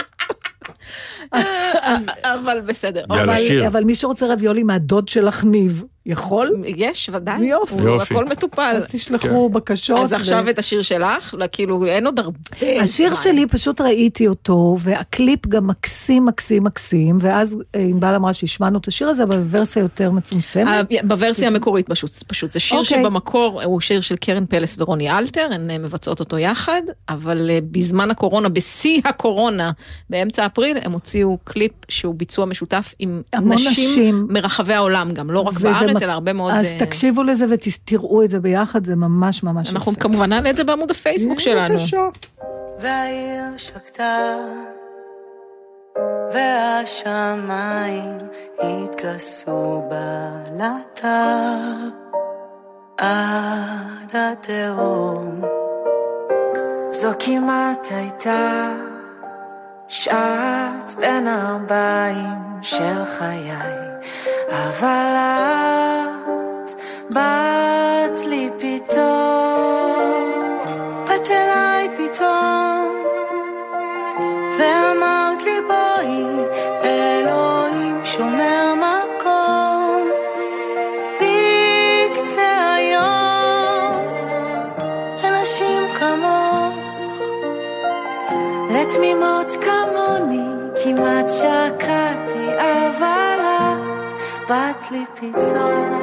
אבל בסדר. אבל מי שרוצה רביולי מהדוד שלך ניב, יכול? יש, ודאי. יופי. הוא הכל מטופל. אז תשלחו בקשות. אז עכשיו את השיר שלך, כאילו אין עוד הרבה. השיר שלי פשוט ראיתי אותו, והקליפ גם מקסים, מקסים, מקסים, ואז ענבל אמרה שהשמענו את השיר הזה, אבל בוורסיה יותר מצומצמת. בוורסיה המקורית פשוט. זה שיר שבמקור הוא שיר של קרן פלס ורוני אלתר, הן מבצעות אותו יחד, אבל בזמן הקורונה, בשיא הקורונה, באמצע אפריל, הם הוציאו קליפ שהוא ביצוע משותף עם נשים מרחבי העולם גם, לא רק בארץ, אלא הרבה מאוד... אז תקשיבו לזה ותראו את זה ביחד, זה ממש ממש יפה. אנחנו כמובן נעלה את זה בעמוד הפייסבוק שלנו. והעיר שקטה, והשמיים התכסו בלטה עד התהום. זו כמעט הייתה שעת בין ארבעים של חיי, אבל את באת לי פתאום, באת אליי פתאום, ואמרת לי בואי, אלוהים שומר מקום בקצה היום לנשים כמו, לתמימות כמוני כמעט שקעתי, אבל את באת לי פתאום.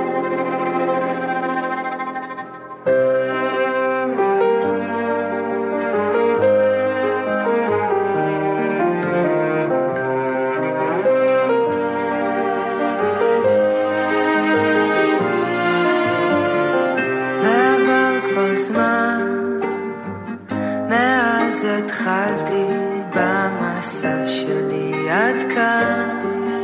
ועבר כבר זמן מאז התחלתי במסע שלי עד כאן,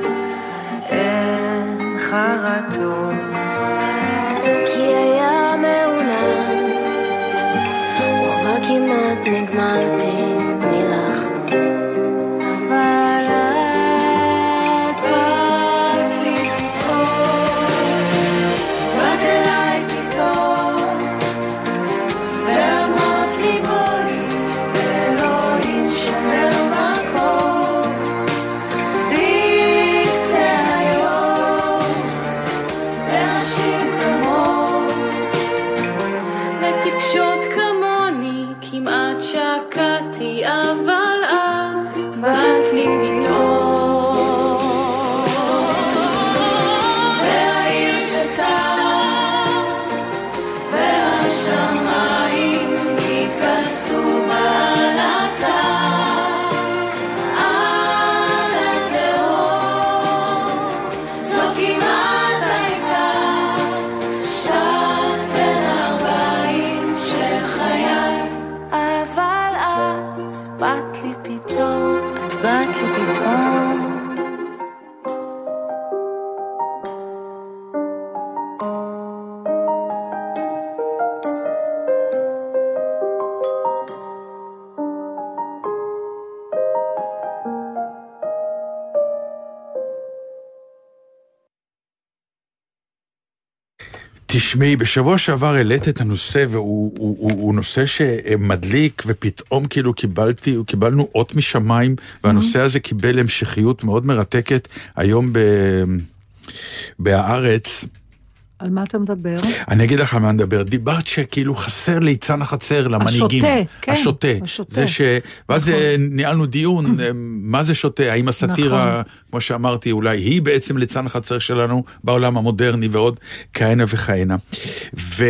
אין חרטות כי היה מעונן, וכבר כמעט נגמלתי מלחנות, אבל את באת לי פתאום, באת אליי פתאום, ואמרת לי בואי, אלוהים שומר מקום בקצה היום לנשים כמו, לטיפשות כמוני כמעט שקעתי, אבל את באת לי פתאום, והעיר שקטה והשמיים התכסו בלטה על התהום. זו כמעט הייתה שעת בין ארבעים של חיי, אבל את באת לי פתאום, את באת לי פתאום. תשמעי, בשבוע שעבר העלית את הנושא, והוא הוא, הוא, הוא נושא שמדליק, ופתאום כאילו קיבלתי, קיבלנו אות משמיים, והנושא הזה קיבל המשכיות מאוד מרתקת היום ב, בהארץ. על מה אתה מדבר? אני אגיד לך על מה אני מדבר. דיברת שכאילו חסר ליצן החצר למנהיגים. השוטה, כן. השוטה. השוטה. זה ש... ואז נכון. ניהלנו דיון, מה זה שוטה? האם הסאטירה, נכון. כמו שאמרתי, אולי היא בעצם ליצן החצר שלנו בעולם המודרני ועוד כהנה וכהנה. ו...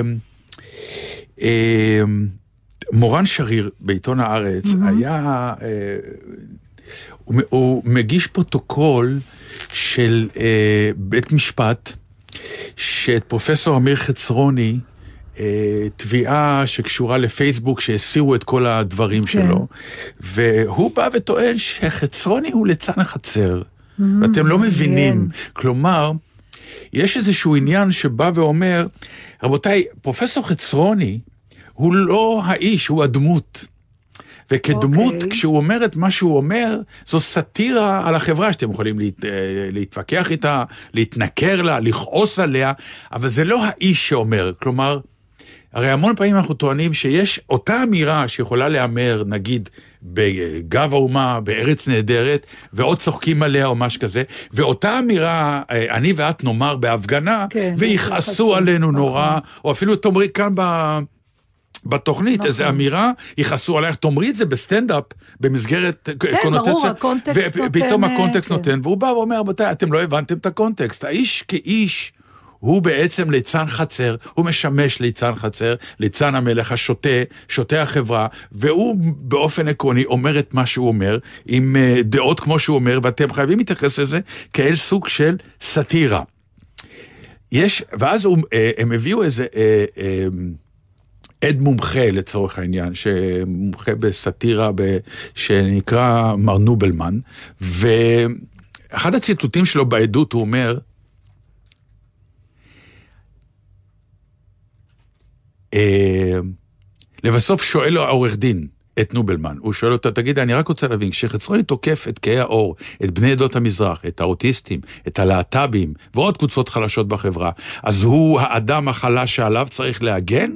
מורן שריר בעיתון הארץ mm-hmm. היה... הוא, הוא מגיש פרוטוקול של בית משפט, שאת פרופסור אמיר חצרוני, תביעה שקשורה לפייסבוק, שהסירו את כל הדברים כן. שלו, והוא בא וטוען שחצרוני הוא ליצן החצר, mm-hmm. ואתם לא מבינים, כלומר, יש איזשהו עניין שבא ואומר, רבותיי, פרופסור חצרוני הוא לא האיש, הוא הדמות. וכדמות, okay. כשהוא אומר את מה שהוא אומר, זו סטירה על החברה, שאתם יכולים להת, להתווכח איתה, להתנקר לה, לכעוס עליה, אבל זה לא האיש שאומר, כלומר, הרי המון פעמים אנחנו טוענים שיש אותה אמירה שיכולה לאמר, נגיד, בגב האומה, בארץ נהדרת, ועוד צוחקים עליה או משהו כזה, ואותה אמירה, אני ואת נאמר בהפגנה, כן, ויחסו עלינו נורא, או אפילו תאמרי כאן ב... בתוכנית, נכון. איזו אמירה, יכעסו עלייך, תאמרי את זה בסטנדאפ, במסגרת כן, קונוטציה, ברור, הקונטקסט נותן. ופתאום הקונטקסט כן. נותן, והוא בא ואומר, רבותיי, אתם לא הבנתם את הקונטקסט, האיש כאיש, הוא בעצם ליצן חצר, הוא משמש ליצן חצר, ליצן המלך השוטה, שוטה החברה, והוא באופן עקרוני אומר את מה שהוא אומר, עם דעות כמו שהוא אומר, ואתם חייבים להתייחס לזה כאל סוג של סטירה. יש, ואז הוא, הם הביאו איזה... עד מומחה לצורך העניין, שמומחה בסטירה ב... שנקרא מר נובלמן, ואחד הציטוטים שלו בעדות הוא אומר, אה, לבסוף שואל לו העורך דין את נובלמן, הוא שואל אותו, תגיד, אני רק רוצה להבין, כשחצרוני תוקף את קהי האור, את בני עדות המזרח, את האוטיסטים, את הלהט"בים, ועוד קבוצות חלשות בחברה, אז הוא האדם החלש שעליו צריך להגן?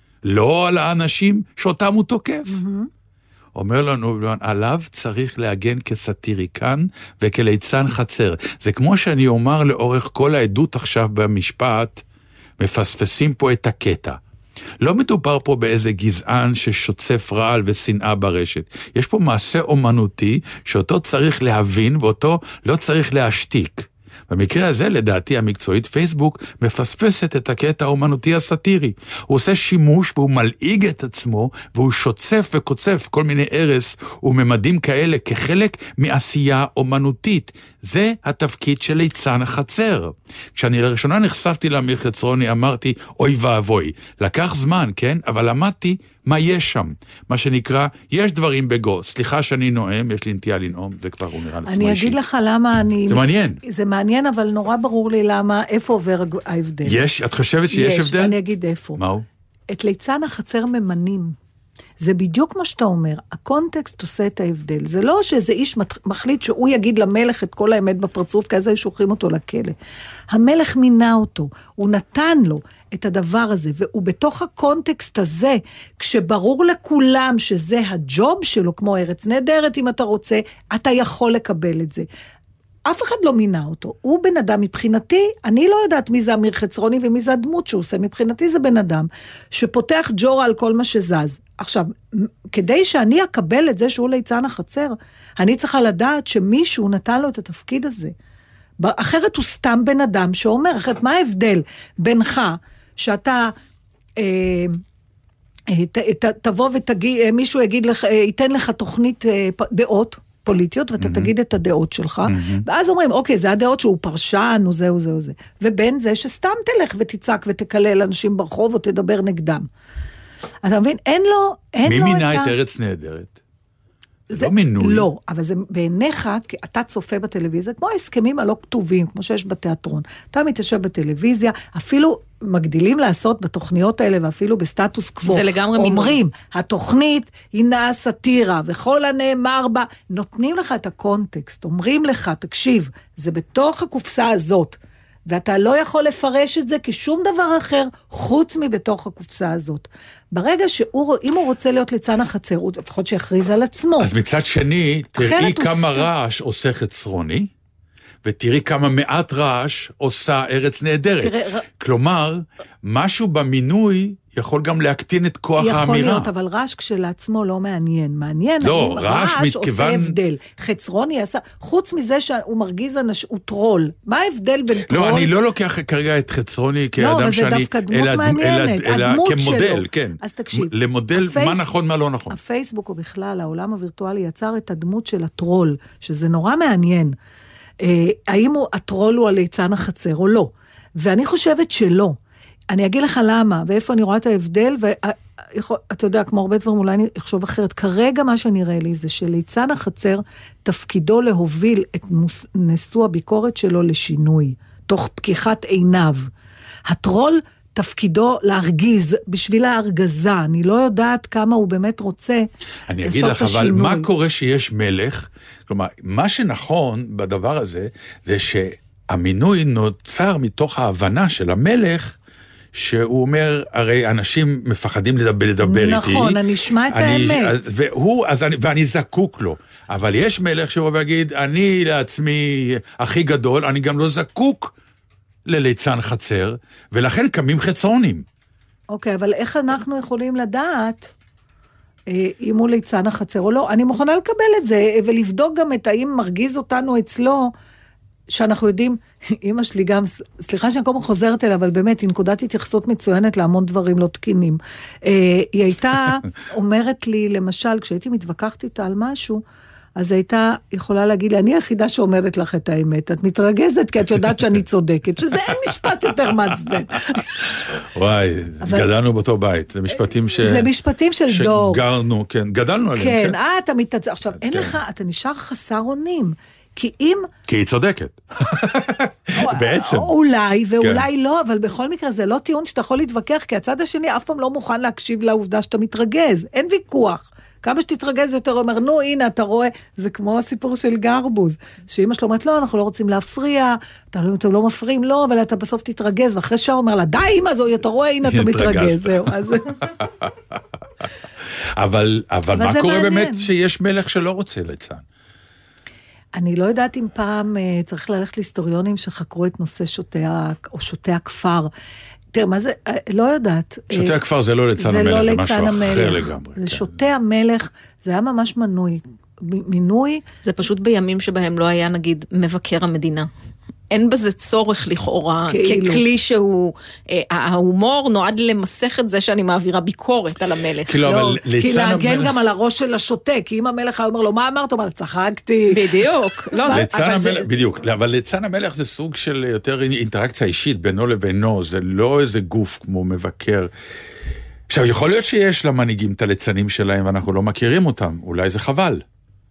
לא על האנשים שאותם הוא תוקף. Mm-hmm. אומר לנו, עליו צריך להגן כסטיריקן וכליצן חצר. זה כמו שאני אומר לאורך כל העדות עכשיו במשפט, מפספסים פה את הקטע. לא מדובר פה באיזה גזען ששוצף רעל ושנאה ברשת. יש פה מעשה אומנותי שאותו צריך להבין ואותו לא צריך להשתיק. במקרה הזה, לדעתי המקצועית, פייסבוק מפספסת את הקטע האומנותי הסטירי. הוא עושה שימוש והוא מלעיג את עצמו, והוא שוצף וקוצף כל מיני ערס וממדים כאלה כחלק מעשייה אומנותית. זה התפקיד של ליצן החצר. כשאני לראשונה נחשפתי לאמיר חצרוני, אמרתי, אוי ואבוי. לקח זמן, כן? אבל למדתי מה יש שם. מה שנקרא, יש דברים בגו. סליחה שאני נואם, יש לי נטייה לנאום, זה כבר אומר על עצמו אישית. אני אגיד לך למה אני... זה מעניין. זה מעניין, אבל נורא ברור לי למה, איפה עובר ההבדל. יש? את חושבת שיש יש, הבדל? אני אגיד איפה. מהו? את ליצן החצר ממנים. זה בדיוק מה שאתה אומר, הקונטקסט עושה את ההבדל. זה לא שאיזה איש מחליט שהוא יגיד למלך את כל האמת בפרצוף, כי אז היו שולחים אותו לכלא. המלך מינה אותו, הוא נתן לו את הדבר הזה, והוא בתוך הקונטקסט הזה, כשברור לכולם שזה הג'וב שלו, כמו ארץ נהדרת אם אתה רוצה, אתה יכול לקבל את זה. אף אחד לא מינה אותו, הוא בן אדם מבחינתי, אני לא יודעת מי זה אמיר חצרוני ומי זה הדמות שהוא עושה, מבחינתי זה בן אדם שפותח ג'ורה על כל מה שזז. עכשיו, כדי שאני אקבל את זה שהוא ליצן החצר, אני צריכה לדעת שמישהו נתן לו את התפקיד הזה. אחרת הוא סתם בן אדם שאומר, אחרת מה ההבדל בינך שאתה... אה, ת, ת, תבוא ותגיד, מישהו יגיד לך, ייתן לך תוכנית דעות, פוליטיות, ואתה mm-hmm. תגיד את הדעות שלך, mm-hmm. ואז אומרים, אוקיי, זה הדעות שהוא פרשן, או זה, או זה, או זה. ובין זה שסתם תלך ותצעק ותקלל אנשים ברחוב, או תדבר נגדם. אתה מבין? אין לו, אין מי לו מינה את את ה... ארץ נהדרת? זה, זה לא מינוי. לא, אבל זה בעיניך, אתה צופה בטלוויזיה, כמו ההסכמים הלא כתובים, כמו שיש בתיאטרון. אתה מתיישב בטלוויזיה, אפילו מגדילים לעשות בתוכניות האלה, ואפילו בסטטוס קוו. זה לגמרי מינוי. אומרים, התוכנית הינה סטירה, וכל הנאמר בה, נותנים לך את הקונטקסט, אומרים לך, תקשיב, זה בתוך הקופסה הזאת, ואתה לא יכול לפרש את זה כשום דבר אחר, חוץ מבתוך הקופסה הזאת. ברגע שהוא, אם הוא רוצה להיות ליצן החצר, הוא לפחות שיכריז על עצמו. אז מצד שני, תראי כמה רעש עושה חצרוני, ותראי כמה מעט רעש עושה ארץ נהדרת. תראה, כלומר, משהו במינוי יכול גם להקטין את כוח יכול האמירה. יכול להיות, אבל רעש כשלעצמו לא מעניין. מעניין, לא, רעש, רעש מתכוון... עושה הבדל. חצרוני עשה, חוץ מזה שהוא מרגיז אנש, הוא טרול. מה ההבדל בין טרול? לא, אני לא לוקח כרגע את חצרוני כאדם לא, שאני... לא, זה דווקא דמות אלא, מעניינת. אלא, אלא כמודל, שלו. כן. אז תקשיב. למודל הפייס... מה נכון, מה לא נכון. הפייסבוק ובכלל, העולם הווירטואלי יצר את הדמות של הטרול, שזה נורא מעניין. האם הוא, הטרול הוא הליצן החצר או לא? ואני חושבת שלא. אני אגיד לך למה, ואיפה אני רואה את ההבדל, ואתה יודע, כמו הרבה דברים, אולי אני אחשוב אחרת. כרגע מה שנראה לי זה שליצן החצר, תפקידו להוביל את נשוא הביקורת שלו לשינוי. תוך פקיחת עיניו. הטרול תפקידו להרגיז בשביל ההרגזה, אני לא יודעת כמה הוא באמת רוצה. אני אגיד לך, אבל מה קורה שיש מלך? כלומר, מה שנכון בדבר הזה, זה שהמינוי נוצר מתוך ההבנה של המלך, שהוא אומר, הרי אנשים מפחדים לדבר, לדבר נכון, איתי. נכון, אני אשמע את אני, האמת. אז, והוא, אז אני, ואני זקוק לו. אבל יש מלך שהוא ויגיד, אני לעצמי הכי גדול, אני גם לא זקוק לליצן חצר, ולכן קמים חצרונים. אוקיי, אבל איך אנחנו יכולים לדעת אם הוא ליצן החצר או לא? אני מוכנה לקבל את זה, ולבדוק גם את האם מרגיז אותנו אצלו, שאנחנו יודעים, אמא שלי גם, סליחה שאני כל כך חוזרת אליה, אבל באמת, היא נקודת התייחסות מצוינת להמון דברים לא תקינים. היא הייתה אומרת לי, למשל, כשהייתי מתווכחת איתה על משהו, אז הייתה יכולה להגיד לי, אני היחידה שאומרת לך את האמת, את מתרגזת כי את יודעת שאני צודקת, שזה אין משפט יותר מעצבן. וואי, גדלנו באותו בית, זה משפטים ש... זה משפטים של דור. שגרנו, כן, גדלנו עליהם. כן, אה, אתה מתעצבן. עכשיו, אין לך, אתה נשאר חסר אונים. כי אם... כי היא צודקת. בעצם. אולי, ואולי לא, אבל בכל מקרה זה לא טיעון שאתה יכול להתווכח, כי הצד השני אף פעם לא מוכן להקשיב לעובדה שאתה מתרגז. אין ויכוח. כמה שתתרגז יותר אומר, נו, הנה, אתה רואה, זה כמו הסיפור של גרבוז, שאמא שלו אומרת, לא, אנחנו לא רוצים להפריע, אתם לא מפריעים, לא, אבל אתה בסוף תתרגז, ואחרי שעה אומר לה, די, אמא זו, אתה רואה, הנה, אתה מתרגז, זהו. אבל מה קורה באמת שיש מלך שלא רוצה ליצן? אני לא יודעת אם פעם צריך ללכת להיסטוריונים שחקרו את נושא שוטי, או שוטי הכפר. תראה, מה זה, לא יודעת. שוטי הכפר זה לא ליצן המלך, זה משהו אחר לגמרי. זה שוטי המלך, זה היה ממש מנוי. מינוי. זה פשוט בימים שבהם לא היה, נגיד, מבקר המדינה. אין בזה צורך לכאורה, ככלי שהוא, ההומור נועד למסך את זה שאני מעבירה ביקורת על המלך. כי להגן גם על הראש של השוטה, כי אם המלך אומר לו, מה אמרת? הוא אומר, צחקתי. בדיוק. בדיוק, אבל ליצן המלך זה סוג של יותר אינטראקציה אישית בינו לבינו, זה לא איזה גוף כמו מבקר. עכשיו, יכול להיות שיש למנהיגים את הליצנים שלהם, ואנחנו לא מכירים אותם, אולי זה חבל.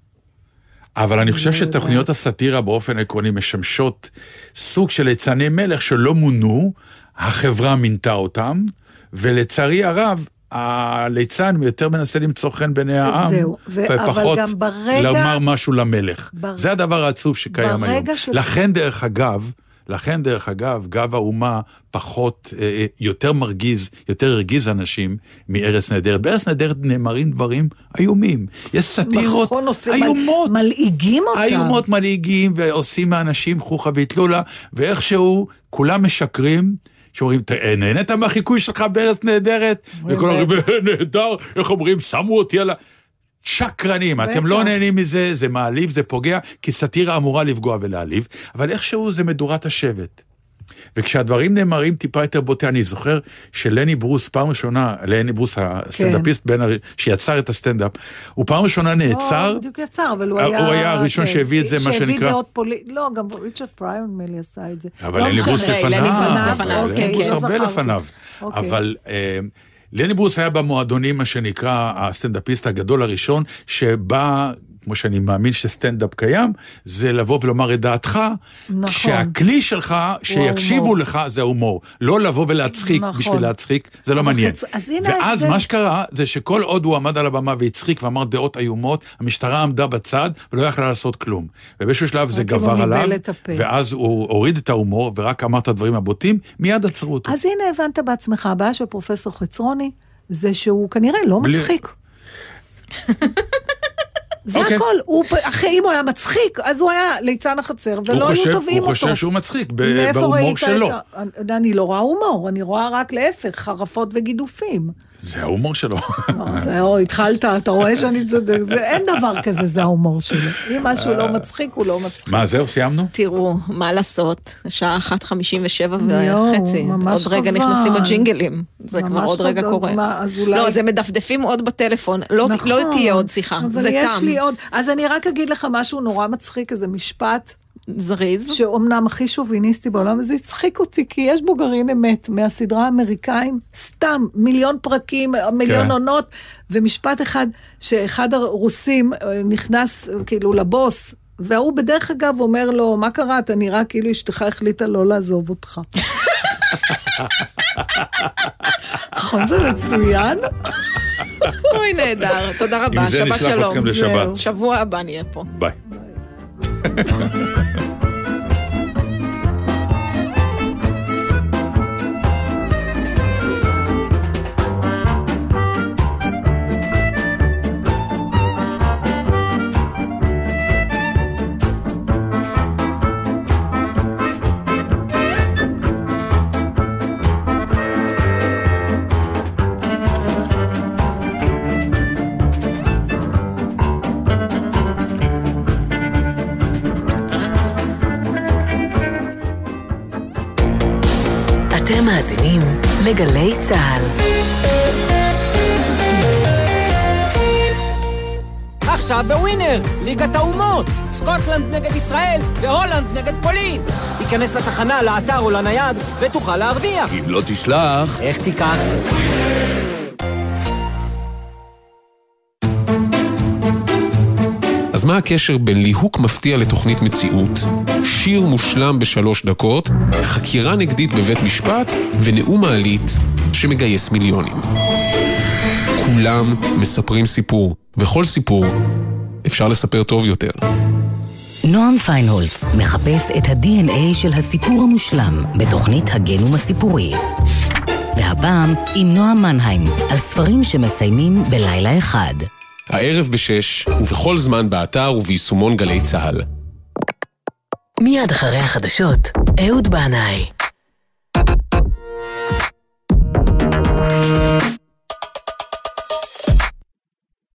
אבל אני חושב שתוכניות הסאטירה באופן עקרוני משמשות סוג של ליצני מלך שלא מונו, החברה מינתה אותם, ולצערי הרב, הליצן יותר מנסה למצוא חן בעיני העם, ופחות לומר משהו למלך. זה הדבר העצוב שקיים היום. לכן דרך אגב, לכן דרך אגב, גב האומה פחות, אה, יותר מרגיז, יותר הרגיז אנשים מארץ נהדרת. בארץ נהדרת נאמרים דברים איומים. יש סאטירות איומות. מלעיגים אותם. איומות מלעיגים, ועושים מהאנשים חוכה והתלולה, ואיכשהו כולם משקרים, שאומרים, נהנית מהחיקוי שלך בארץ נהדרת? וכל אומרים, נהדר, איך אומרים, שמו אותי על ה... שקרנים, אתם לא נהנים מזה, זה מעליב, זה פוגע, כי סאטירה אמורה לפגוע ולהעליב, אבל איכשהו זה מדורת השבט. וכשהדברים נאמרים טיפה יותר בוטה, אני זוכר שלני ברוס, פעם ראשונה, לני ברוס, הסטנדאפיסט שיצר את הסטנדאפ, הוא פעם ראשונה נעצר, לא, בדיוק יצר, אבל הוא היה... הוא היה הראשון שהביא את זה, מה שנקרא... לא, גם ריצ'רד פריון מלי עשה את זה. אבל לני ברוס לפניו, לני ברוס הרבה לפניו. אבל... לני ברוס היה במועדונים, מה שנקרא, הסטנדאפיסט הגדול הראשון, שבא, כמו שאני מאמין שסטנדאפ קיים, זה לבוא ולומר את דעתך, נכון. שהכלי שלך, שיקשיבו לך, זה הומור. לא לבוא ולהצחיק נכון. בשביל להצחיק, זה לא מעניין. חצ... ואז זה... מה שקרה, זה שכל עוד הוא עמד על הבמה והצחיק ואמר דעות איומות, המשטרה עמדה בצד ולא יכלה לעשות כלום. ובאיזשהו שלב זה גבר עליו, ואז הוא הוריד את ההומור, ורק אמר את הדברים הבוטים, מיד עצרו אותו. אז הנה הבנת בעצמך, הבעיה של פרופסור חצרוני, זה שהוא כנראה לא בלי... מצחיק. זה okay. הכל, הוא, אחרי אם הוא היה מצחיק, אז הוא היה ליצן החצר, ולא היו טובים אותו. הוא חושב שהוא מצחיק, בהומור שלו. את... אני לא רואה הומור, אני רואה רק להפך, חרפות וגידופים. זה ההומור שלו. זהו, התחלת, אתה רואה שאני צודק, אין דבר כזה, זה ההומור שלו. אם משהו לא מצחיק, הוא לא מצחיק. מה, זהו, סיימנו? תראו, מה לעשות? שעה אחת חמישים ושבע וחצי. עוד רגע נכנסים הג'ינגלים. זה כבר עוד רגע קורה. לא, זה מדפדפים עוד בטלפון. לא תהיה עוד שיחה. זה תם. אז אני רק אגיד לך משהו נורא מצחיק, איזה משפט. זריז. שאומנם הכי שוביניסטי בעולם, וזה הצחיק אותי, כי יש בו גרעין אמת, מהסדרה האמריקאים, סתם, מיליון פרקים, מיליון עונות, ומשפט אחד, שאחד הרוסים נכנס כאילו לבוס, והוא בדרך אגב אומר לו, מה קרה? אתה נראה כאילו אשתך החליטה לא לעזוב אותך. נכון, זה מצוין. אוי, נהדר. תודה רבה, עם זה שבת נשלח שלום. אתכם לשבת. שבוע הבא נהיה פה. ביי. אתם מאזינים לגלי צהל. עכשיו בווינר, ליגת האומות, סקוטלנד נגד ישראל והולנד נגד פולין. תיכנס לתחנה, לאתר או לנייד ותוכל להרוויח. אם לא תשלח, איך תיקח? אז מה הקשר בין ליהוק מפתיע לתוכנית מציאות, שיר מושלם בשלוש דקות, חקירה נגדית בבית משפט ונאום מעלית שמגייס מיליונים? כולם מספרים סיפור, וכל סיפור אפשר לספר טוב יותר. נועם פיינהולץ מחפש את ה-די אן איי של הסיפור המושלם בתוכנית הגנום הסיפורי. והפעם עם נועם מנהיים על ספרים שמסיימים בלילה אחד. הערב בשש, ובכל זמן באתר וביישומון גלי צהל. מיד אחרי החדשות, אהוד בנאי.